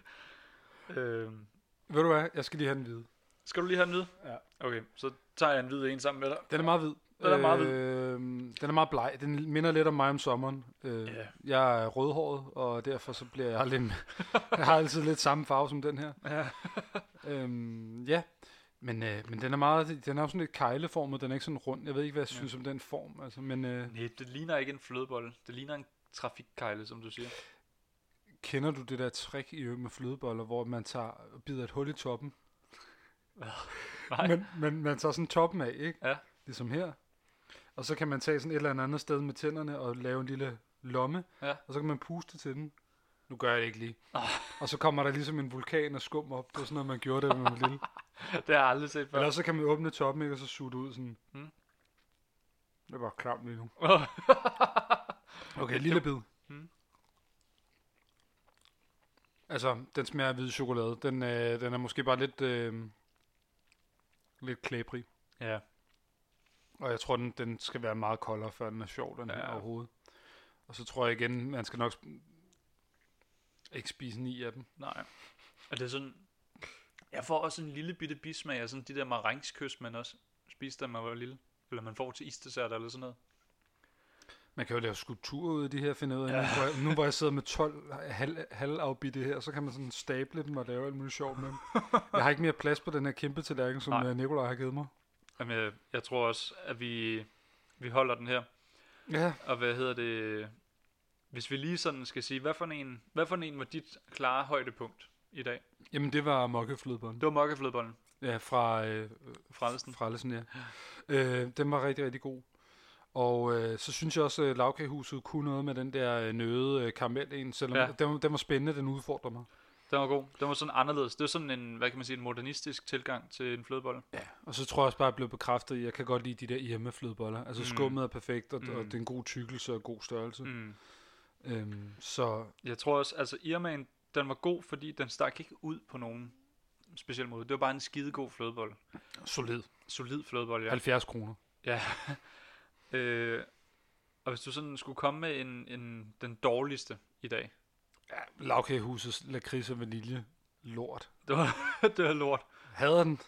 Ved du hvad, jeg skal lige have den hvide. Skal du lige have den hvide? Ja. Okay, så tager jeg en hvid en sammen med dig. Den er meget hvid. Den er meget bleg. Den minder lidt om mig om sommeren. Jeg er rødhåret, og derfor så bliver jeg lidt... jeg har altid lidt samme farve som den her. Ja. Men den er meget, den er jo sådan lidt kejleformet, den er ikke sådan rund. Jeg ved ikke, hvad jeg synes om den form. Altså, men, nej, det ligner ikke en flødebolle. Det ligner en trafikkejle, som du siger. Kender du det der trick med flødeboller, hvor man tager og bider et hul i toppen? Nej. Men man tager sådan toppen af, ikke? Ja. Ligesom her. Og så kan man tage sådan et eller andet sted med tænderne og lave en lille lomme. Ja. Og så kan man puste til den. Nu gør jeg det ikke lige. Og så kommer der ligesom en vulkan og skum op. Det var sådan noget, man gjorde det, når man var lille. Det har jeg aldrig set før. Eller så kan man åbne toppen, ikke, og så suge det ud sådan. Det var klamt lige nu. Okay, lille bid. Altså, den smager af hvid chokolade. Den er måske bare lidt klæbrig. Ja. Og jeg tror, den skal være meget koldere, før den er sjov, den her overhovedet. Og så tror jeg igen, man skal nok ikke spise 9 af dem. Nej. Og det er sådan... Jeg får også en lille bitte bismag af sådan de der maringskys, man også spiste, da man var lille. Eller man får til isdessert eller sådan noget. Man kan jo lave skulpturer ud af de her, finde ud af. Nu hvor jeg sidder med 12 halvafbitte her, så kan man sådan stable dem og lave alt muligt sjovt med dem. Jeg har ikke mere plads på den her kæmpe tallerken, som Nikolaj har givet mig. Jamen, jeg tror også, at vi holder den her. Ja. Og hvad hedder det... Hvis vi lige sådan skal sige, hvad for en var dit klare højdepunkt i dag? Jamen, det var mokkeflødebollen. Det var mokkeflødebollen? Ja, fra Frellesen, ja. Den var rigtig, rigtig god. Og så synes jeg også, at Lagkagehuset kunne noget med den der nøde karamel en, selvom den var spændende, den udfordrer mig. Den var god. Den var sådan anderledes. Det var sådan en, hvad kan man sige, en modernistisk tilgang til en flødebolle. Ja, og så tror jeg også bare, at jeg blev bekræftet i, jeg kan godt lide de der hjemmeflødeboller. Altså skummet er perfekt, og det er en god tykkelse og god størrelse. Så jeg tror også, altså Irmaen, den var god, fordi den stak ikke ud på nogen speciel måde. Det var bare en skidegod flødebolle. Solid flødebolle, ja. 70 kroner. Ja. Og hvis du sådan skulle komme med den dårligste i dag. Ja, Lagkagehusets lakrids og vanilje. Lort. Det var lort. Hader den.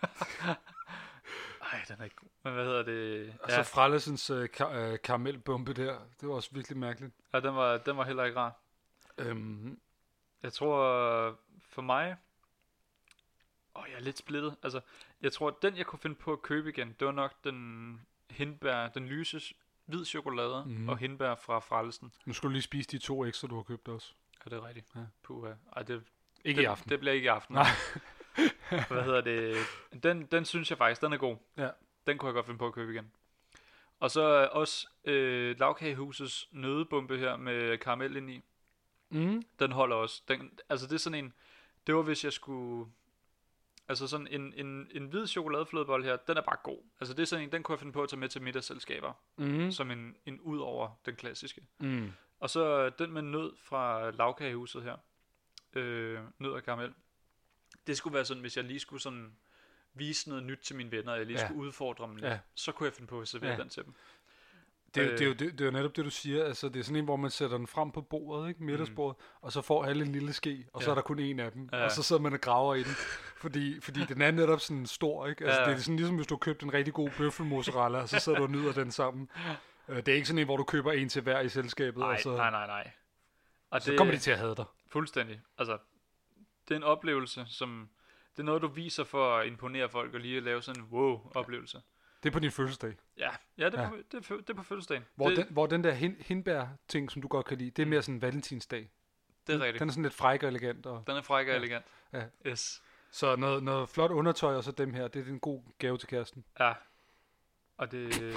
Ej, den er ikke god. Men hvad hedder det? Og så Frellesens karamelbombe der. Det var også virkelig mærkeligt. Ja, den var heller ikke rar. Jeg tror, for mig... jeg er lidt splittet. Altså, jeg tror, at den jeg kunne finde på at købe igen, det var nok den lyse hvid chokolade og hindbær fra Frellesen. Nu skal du lige spise de 2 ekstra, du har købt også. Ja, det er rigtigt. Ja. Puha. Ej, i aften. Det bliver ikke i aften. Nej. Hvad hedder det? Den synes jeg faktisk, den er god. Ja. Den kunne jeg godt finde på at købe igen. Og så også Lagkagehusets nødebombe her med karamel ind i. Den holder også. Altså det er sådan en... Det var hvis jeg skulle... Altså sådan en hvid chokoladeflødebolle her, den er bare god. Altså det er sådan en, den kunne jeg finde på at tage med til middagsselskaber. Som en ud over den klassiske. Og så den med nød fra Lagkagehuset her. Nød og karamel. Det skulle være sådan, hvis jeg lige skulle sådan vise noget nyt til mine venner, og jeg lige skulle udfordre dem lidt, så kunne jeg finde på at servere den til dem. Det er jo netop det, du siger. Altså, det er sådan en, hvor man sætter den frem på bordet, ikke? Middagsbordet, og så får alle en lille ske, og så er der kun en af dem. Og så sidder man og graver i den. Fordi den er netop sådan stor, ikke? Altså, det er sådan ligesom, hvis du har købt en rigtig god bøffelmozzarella, og så sidder du og nyder den sammen. Det er ikke sådan en, hvor du køber en til hver i selskabet. Nej. Og så kommer de til at hade dig. Fuldstændig. Altså, det er en oplevelse, som... Det er noget, du viser for at imponere folk, og lige at lave sådan en wow-oplevelse. Det er på din fødselsdag. Ja, det er på fødselsdagen. Hvor den der hindbær-ting, som du godt kan lide, det er mere sådan valentinsdag. Det er rigtigt. Den er sådan lidt fræk og elegant. Og, den er fræk og elegant. Ja. Yes. Så noget flot undertøj, og så dem her, det er en god gave til kæresten. Ja. Og det...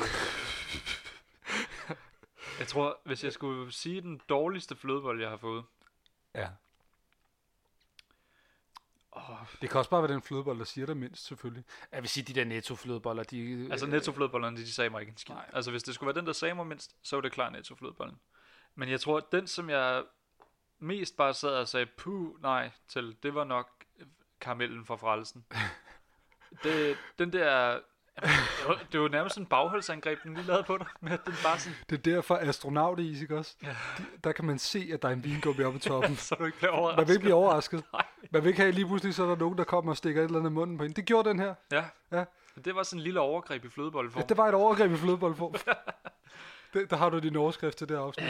Jeg tror, hvis jeg skulle sige den dårligste flødebolle, jeg har fået... Ja. Det kan også bare være den flødebolle, der siger der mindst, selvfølgelig. Jeg vil sige, de der Netto-flødeboller, de... Altså Netto-flødebollerne, de sagde mig ikke en skid. Altså hvis det skulle være den, der sagde mig mindst, så var det klart Netto-flødebollen. Men jeg tror, den som jeg mest bare sad og sagde, puh, nej, til, det var nok karamellen fra frelsen. Den der... Det var nærmest en bagholdsangreb, den lige lavede på dig, med at den bare sådan... Det er derfor astronautis, ikke også? Ja. Der kan man se, at der er en vingummi oppe i toppen. Så du ikke bliver overrasket. Man vil ikke blive overrasket. Nej. Man vil ikke have lige pludselig, så er der nogen, der kommer og stikker et eller andet i munden på en. Det gjorde den her. Ja. Det var sådan en lille overgreb i flødebolleform. Ja, det var et overgreb i flødebolleform. Der har du din overskrift til det afsnit.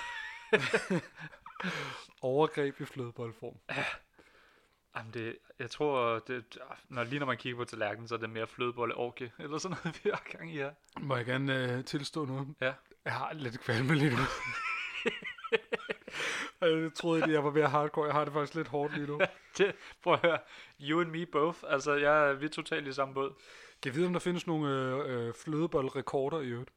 Overgreb i flødebolleform. Ja. Jamen jeg tror, når man kigger på tallerkenen, så er det mere flødebolleorgie, eller sådan noget, vi har gang i her. Må jeg gerne tilstå noget? Ja. Jeg har lidt kvalme lige nu. Jeg troede ikke, jeg var mere hardcore. Jeg har det faktisk lidt hårdt lige nu. Prøv at høre. You and me both. Altså, vi er totalt i samme båd. Kan jeg vide, om der findes nogle flødebolle-rekorder i øvrigt?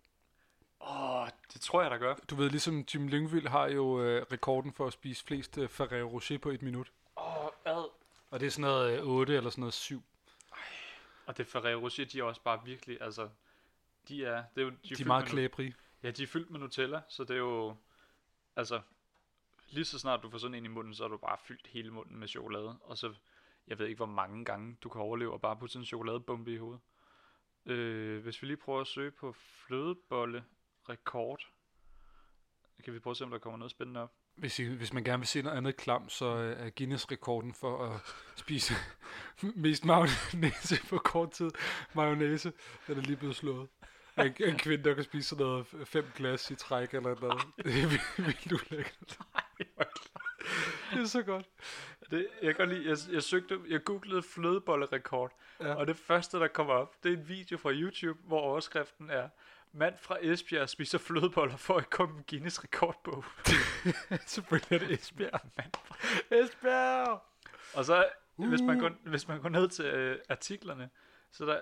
Det tror jeg, der gør. Du ved, ligesom Jim Lyngvild har jo rekorden for at spise flest Ferrero Rocher på 1 minut. Hvad? Og det er sådan noget 8 eller sådan noget 7. Og det Ferrero Rocher, de er også bare virkelig, altså... De er meget klæbrige. Ja, de er fyldt med Nutella, så det er jo... Altså... Lige så snart du får sådan en i munden, så er du bare fyldt hele munden med chokolade. Og så... Jeg ved ikke, hvor mange gange du kan overleve og bare putte sådan en chokoladebombe i hovedet. Hvis vi lige prøver at søge på flødebolle rekord, kan vi prøve at se, om der kommer noget spændende op. Hvis man gerne vil se noget andet klam, så er Guinness-rekorden for at spise mest mayonnaise på kort tid. Mayonnaise, den er lige blevet slået. En kvinde, der kan spise sådan noget 5 glas i træk eller noget. Det er vildt ulækkert. Det er så godt. Jeg kan lide, jeg googlede flødebollerekord, og det første, der kommer op, det er en video fra YouTube, hvor overskriften er: mand fra Esbjerg spiser flødeboller for at komme Guinness rekordbog. Selvfølgelig er det Esbjerg. Mand fra Esbjerg! Og så, hvis man går ned til artiklerne, så er der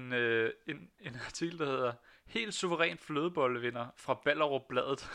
en artikel, der hedder: helt suveræn flødebollevinder fra Ballerup-bladet.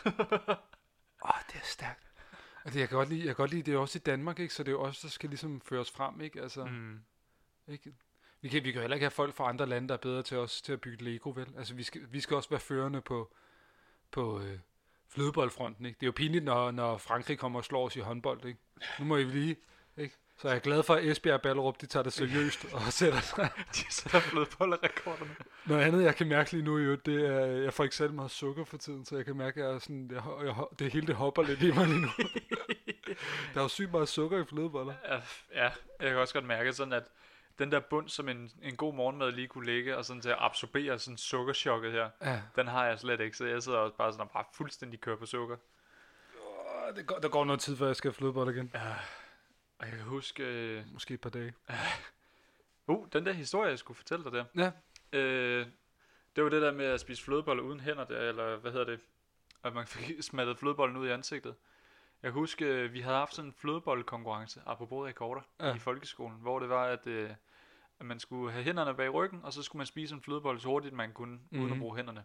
Det er stærkt. Altså, jeg kan godt lide, det er også i Danmark, ikke? Så det er jo også, der skal ligesom føres frem, ikke? Altså, ikke? Vi kan jo heller ikke have folk fra andre lande, der er bedre til os til at bygge Lego, vel? Altså, vi skal også være førende på flødeboldfronten, ikke? Det er jo pinligt, når Frankrig kommer og slår os i håndbold, ikke? Nu må I lige, ikke? Så jeg er glad for, at Esbjerg og Ballerup, de tager det seriøst og sætter sig. De sætter flødebollerekorderne. Noget andet, jeg kan mærke lige nu i øvrigt, det er, jeg får ikke særlig meget sukker for tiden, så jeg kan mærke, at jeg er sådan, det hele det hopper lidt i mig lige nu. Der er jo sygt meget sukker i flødeboller. Ja, jeg kan også godt mærke sådan, at den der bund, som en god morgenmad lige kunne ligge, og sådan til at absorbere sådan sukkerchokket her, den har jeg slet ikke, så jeg sidder også bare sådan og bare fuldstændig kører på sukker. Der går noget tid, før jeg skal have flødeboller igen. Ja. Og jeg kan huske... Måske et par dage. Den der historie, jeg skulle fortælle dig der. Ja. Det var det der med at spise flødeboller uden hænder der, eller hvad hedder det? At man fik smattet flødebollen ud i ansigtet. Jeg kan huske, vi havde haft sådan en flødebollekonkurrence, apropos rekorder, i folkeskolen, hvor det var, at man skulle have hænderne bag ryggen, og så skulle man spise en flødebolle så hurtigt, man kunne, uden at bruge hænderne.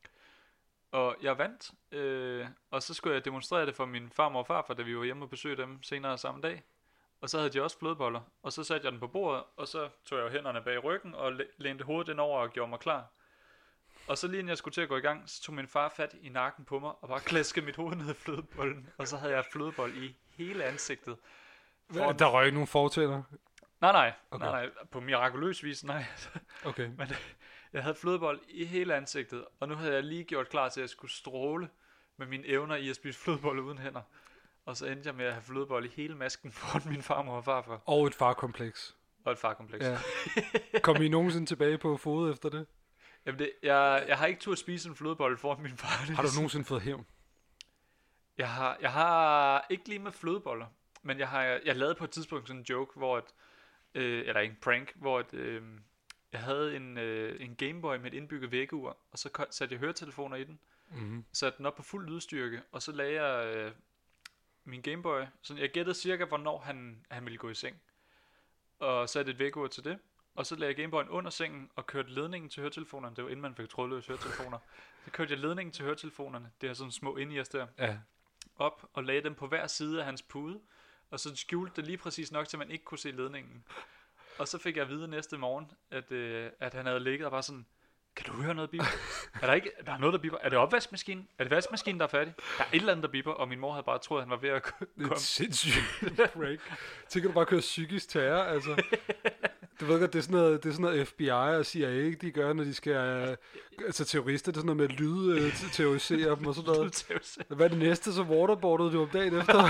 Og jeg vandt, og så skulle jeg demonstrere det for min farmor og farfar, da vi var hjemme og besøgte dem senere samme dag. Og så havde de også flødeboller, og så satte jeg den på bordet, og så tog jeg hænderne bag ryggen og lænede hovedet ind over og gjorde mig klar. Og så lige inden jeg skulle til at gå i gang, så tog min far fat i nakken på mig og bare klaskede mit hoved ned i flødebollen. Og så havde jeg flødebold i hele ansigtet. Der røg ikke nogen fortæller? Nej. På mirakuløs vis, nej. Okay. Men jeg havde flødebold i hele ansigtet, og nu havde jeg lige gjort klar til, at jeg skulle stråle med mine evner i at spise flødebolle uden hænder. Og så endte jeg med at have flødebold i hele masken foran min farmor og farfar. Og et farkompleks. Ja. Kom I nogensinde tilbage på fod efter det? Jamen jeg har ikke turde spise en flødebolle foran min far. Har du nogensinde fået hævn? Jeg har ikke lige med flødeboller. Men jeg lavede på et tidspunkt sådan en joke, hvor at, eller en prank, hvor at, jeg havde en Gameboy med et indbygget vækkeur, og så satte jeg høretelefoner i den, satte den op på fuld lydstyrke, og så lagde jeg min Gameboy, så jeg gættede cirka, hvornår han ville gå i seng, og satte et vækkeur til det, og så lagde jeg Gameboyen under sengen, og kørte ledningen til høretelefonerne, det var inden man fik trådløse høretelefoner, så kørte jeg ledningen til høretelefonerne, det er sådan små ind-ears der, op, og lagde dem på hver side af hans pude, og så skjulte det lige præcis nok, til man ikke kunne se ledningen. Og så fik jeg at vide næste morgen, at han havde ligget og var sådan, kan du høre noget biber? Der er noget, der biber. Er det opvaskemaskinen? Er det vaskemaskinen, der er færdig? Der er et eller andet, der biber, og min mor havde bare troet, at han var ved at komme. Det er sindssygt prank. Så kan du bare køre psykisk terror, altså. Du ved godt, det er sådan noget FBI og CIA, de gør, når de skal, altså terrorister, det er sådan noget med lyd terrorisere dem og sådan noget. Hvad er det næste, så waterboardede du om dagen efter?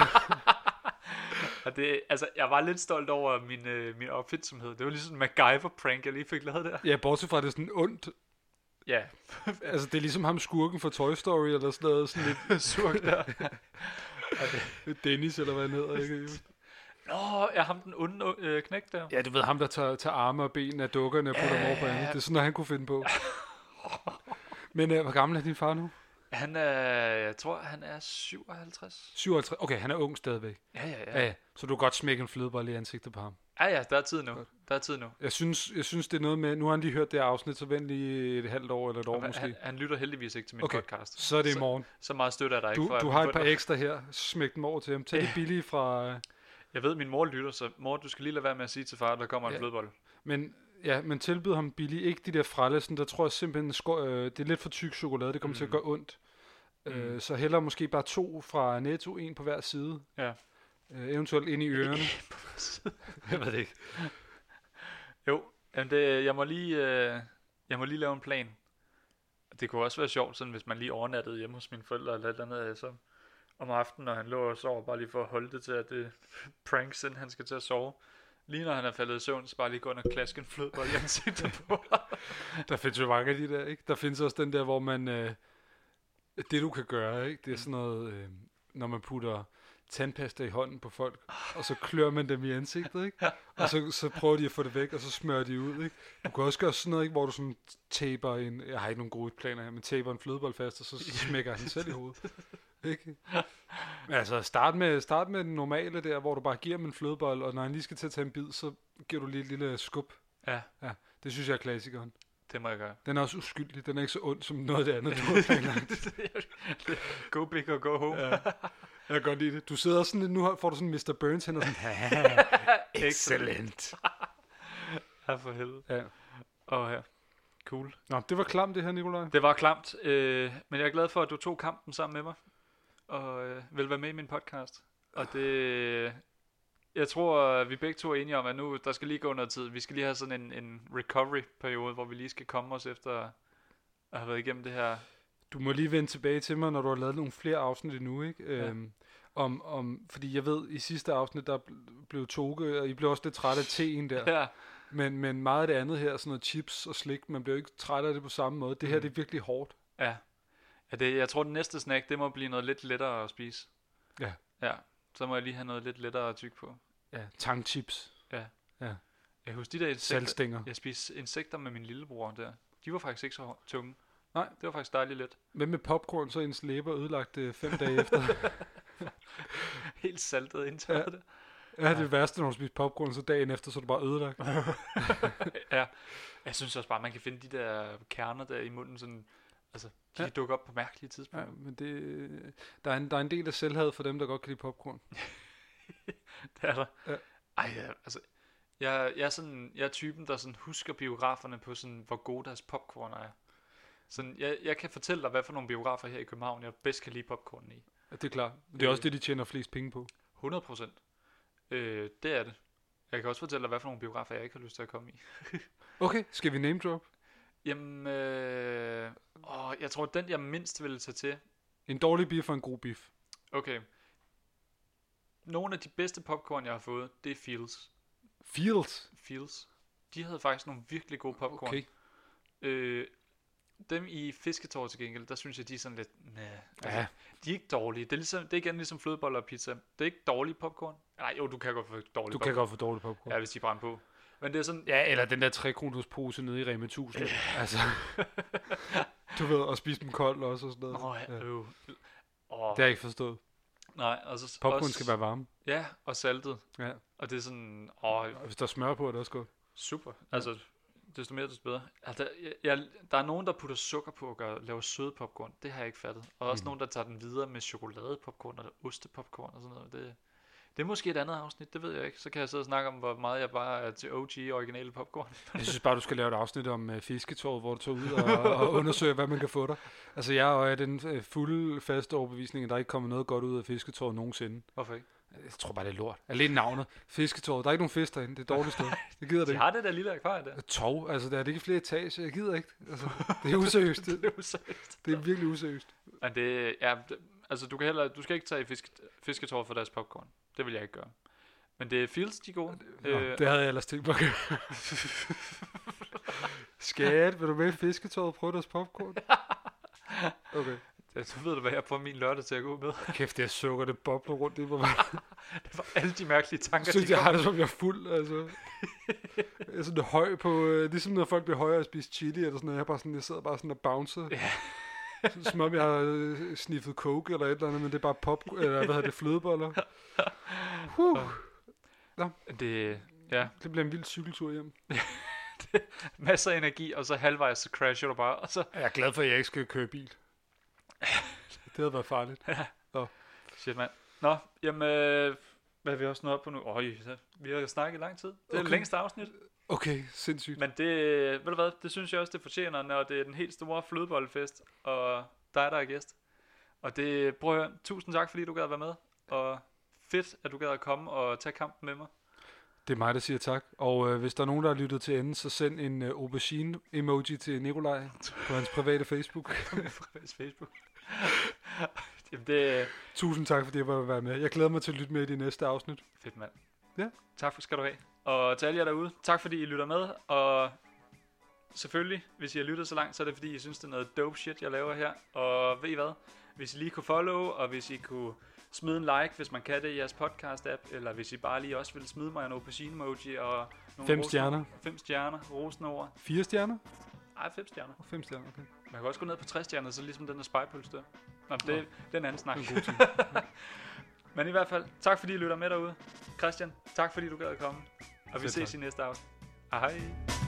Og det, altså, jeg var lidt stolt over min opfindsomhed. Det var ligesom en MacGyver-prank, jeg lige fik lavet der. Ja, bortset fra, det er sådan ondt. Ja. Altså, det er ligesom ham skurken fra Toy Story, eller sådan noget, sådan lidt surk der. Dennis, eller hvad han hedder, ikke? Nå, er ham den onde knæk der? Ja, du ved, ham der tager arme og ben af dukkerne og putter dem over på andet. Det er sådan noget, han kunne finde på. Men hvor gammel er din far nu? Jeg tror, han er 57. 57? Okay, han er ung stadigvæk. Ja. Så du kan godt smække en flødebold i ansigtet på ham. Ja, der er tid nu. Der er tid nu. Jeg synes, det er noget med, nu har han lige hørt det afsnit, så vent lige et halvt år eller et år måske. Han lytter heldigvis ikke til min podcast. Så er det i morgen. Så meget støtter jeg dig ikke. Du har et par ekstra her. Smæk dem over til ham. Tag de billige fra... Jeg ved, min mor lytter, så mor, du skal lige lade være med at sige til far, at der kommer en flødebold. Men tilbyd ham billige. Ikke de der frælesen, der tror jeg simpelthen, det er lidt for tyk chokolade. Det kommer til at gøre ondt. Så heller måske bare 2 fra Netto, 1 på hver side. Ja. Eventuelt ind i ørerne. Jeg ved det ikke. Jo, jeg må lige lave en plan. Det kunne også være sjovt, sådan, hvis man lige overnattede hjemme hos mine forældre eller et eller andet, så om aftenen, når han lå og sover, bare lige for at holde det til, at det pranks, inden han skal til at sove. Lige når han er faldet i søvn, så bare lige gå ind og klaske en flødebold i ansigtet på. Der findes jo mange af de der, ikke? Der findes også den der, hvor man... det du kan gøre, ikke? Det er sådan noget, når man putter tandpasta i hånden på folk, og så klør man dem i ansigtet, ikke? Og så prøver de at få det væk, og så smører de ud, ikke? Du kan også gøre sådan noget, ikke? Hvor du sådan taper en... Jeg har ikke nogen gode planer her, men taper en flødebold fast, og så smækker han selv i hovedet. Ikke? Altså, start med den normale der, hvor du bare giver ham en flødebold, og når han lige skal til at tage en bid, så giver du lige et lille skub. Ja. Det synes jeg er klassikeren. Det må jeg gøre. Den er også uskyldig. Den er ikke så ond som noget af det andet, du har planlagt. Go big or go home. Ja. Jeg kan godt lide det. Du sidder sådan lidt, nu får du sådan Mr. Burns hen og sådan, excellent. Ja, for helvede. Ja. Ja. Cool. Nå, det var klamt det her, Nikolaj. Det var klamt, men jeg er glad for, at du tog kampen sammen med mig, og vil være med i min podcast. Og det... Jeg tror, vi begge to er enige om, at nu, der skal lige gå noget tid. Vi skal lige have sådan en recovery-periode, hvor vi lige skal komme os efter at have været igennem det her. Du må lige vende tilbage til mig, når du har lavet nogle flere afsnit endnu, ikke? Ja. Fordi jeg ved, i sidste afsnit, der blev Toge, og I blev også lidt træt af teen der. Ja. Men meget af det andet her, sådan noget chips og slik, man bliver jo ikke træt af det på samme måde. Det her, det er virkelig hårdt. Ja. Jeg tror, den næste snack, det må blive noget lidt lettere at spise. Ja. Ja. Så må jeg lige have noget lidt lettere at tygge på. Ja, tangchips. Ja. Ja. Jeg husker de der saltstænger. Jeg spiste insekter med min lillebror der. De var faktisk ikke så tunge. Nej. Det var faktisk dejligt let. Men med popcorn, så er ens læber ødelagt 5 dage efter. Helt saltet indtaget. Ja, det er det værste, når du spiser popcorn, så dagen efter, så er du bare ødelagt. Ja. Jeg synes også bare, man kan finde de der kerner der i munden, sådan, altså, de kan dukke op på mærkelige tidspunkter. Ja, men der er en del af selvhed for dem, der godt kan lide popcorn. Det er der. Ja. Altså, jeg er typen, der sådan husker biograferne på sådan, hvor gode deres popcorn er. Sådan, jeg kan fortælle dig, hvad for nogle biografer her i København, jeg bedst kan lide popcorn i. Ja, det er klart. Det er også det, de tjener flest penge på. 100%. Det er det. Jeg kan også fortælle dig, hvad for nogle biografer, jeg ikke har lyst til at komme i. Okay, skal vi name drop? Jamen, jeg tror, den jeg mindst ville tage til. En dårlig biff og en god biff. Okay. Nogle af de bedste popcorn, jeg har fået, det er Fields. Fields? Fields. De havde faktisk nogle virkelig gode popcorn. Okay. dem i fisketår til gengæld, der synes jeg, de er sådan lidt... Ja. De er ikke dårlige. Det er igen ligesom flødeboller og pizza. Det er ikke dårlige popcorn. Nej, jo, du kan godt få dårlig popcorn. Du kan godt få dårlig popcorn. Ja, hvis de brænder på. Men det er sådan... Ja, eller den der 3 kroners pose nede i Rema 1000. Altså, du ved, at spise dem koldt også og sådan noget. Ja. Det har jeg ikke forstået. Nej, og så... Popcorn skal være varme. Ja, og saltet. Ja. Og det er sådan... Hvis der er smør på, er det også godt. Super. Altså, desto mere, desto bedre. Altså, der er nogen, der putter sukker på og laver søde popcorn. Det har jeg ikke fattet. Og også nogen, der tager den videre med chokoladepopcorn eller ostepopcorn og sådan noget. Det er måske et andet afsnit, det ved jeg ikke. Så kan jeg sidde og snakke om, hvor meget jeg bare er til OG originale popcorn. Jeg synes bare, du skal lave et afsnit om fisketåret, hvor du tager ud og undersøger, hvad man kan få der. Altså, jeg er den fulde faste overbevisning, at der ikke kommer noget godt ud af fisketåret nogensinde. Hvorfor ikke? Jeg tror bare, det er lort. Alene navnet. Fisketåret. Der er ikke nogen fisk derinde. Det er dårligt sted. Det gider det de ikke. har det der lille akvarie der. Tov. Altså, der er det ikke flere etager. Jeg gider ikke. Altså, det er useriøst. Det er useriøst. Det er virkelig useriøst. Men altså, du skal ikke tage fisketår for deres popcorn. Det vil jeg ikke gøre. Men det er Fields, de er gode. Det havde jeg ellers tænkt på at gøre. Skat, vil du med i fisketåret og prøve deres popcorn? Okay. Så ved du, hvad jeg får min lørdag til at gå med. Kæft, det er sukker, det bobler rundt i mig. Det var alle de mærkelige tanker, jeg har det som, jeg er fuld, altså. Jeg er sådan høj på, ligesom når folk bliver højere at spise chili, eller sådan noget. Jeg sidder bare sådan og bouncer. Ja. Som om jeg har sniffet coke eller et eller andet, men det er bare pop, eller hvad hedder det, flødeboller. Det bliver en vild cykeltur hjem. Masser af energi, og så halvvejs så crasher du bare. Og så... Jeg er glad for, at jeg ikke skal køre bil. Det havde været farligt. Shit, mand. Nå, jamen, hvad er vi også nået op på nu? Vi har snakket i lang tid. Det er det længste afsnit. Okay, sindssygt. Men det, ved du hvad, det synes jeg også, det fortjener, når det er den helt store flødebollefest, og dig, der er gæst. Og det, prøv at høre, tusind tak, fordi du gad at være med, og fedt, at du gad at komme og tage kampen med mig. Det er mig, der siger tak. Og hvis der er nogen, der har lyttet til enden, så send en aubergine-emoji til Nikolaj på hans private Facebook. Jamen Tusind tak, fordi jeg var være med. Jeg glæder mig til at lytte med i de næste afsnit. Fedt, mand. Ja. Tak skal du have. Og til alle jer derude, tak fordi I lytter med. Og selvfølgelig, hvis I har lyttet så langt, så er det fordi I synes, det er noget dope shit, jeg laver her. Og ved I hvad? Hvis I lige kunne follow, og hvis I kunne smide en like, hvis man kan det i jeres podcast-app, eller hvis I bare lige også vil smide mig en aubergine-emoji og nogle 5 stjerner. 5 stjerner, rosende ord. 4 stjerner? Nej, 5 stjerner. 5 stjerner, okay. Man kan også gå ned på 3 stjerner, så ligesom den der spejpølse der. Nå, det er en anden snak. Men i hvert fald, tak fordi I lytter med derude. Christian, tak fordi du gad at komme. Og vi ses i næste afsnit. Hej.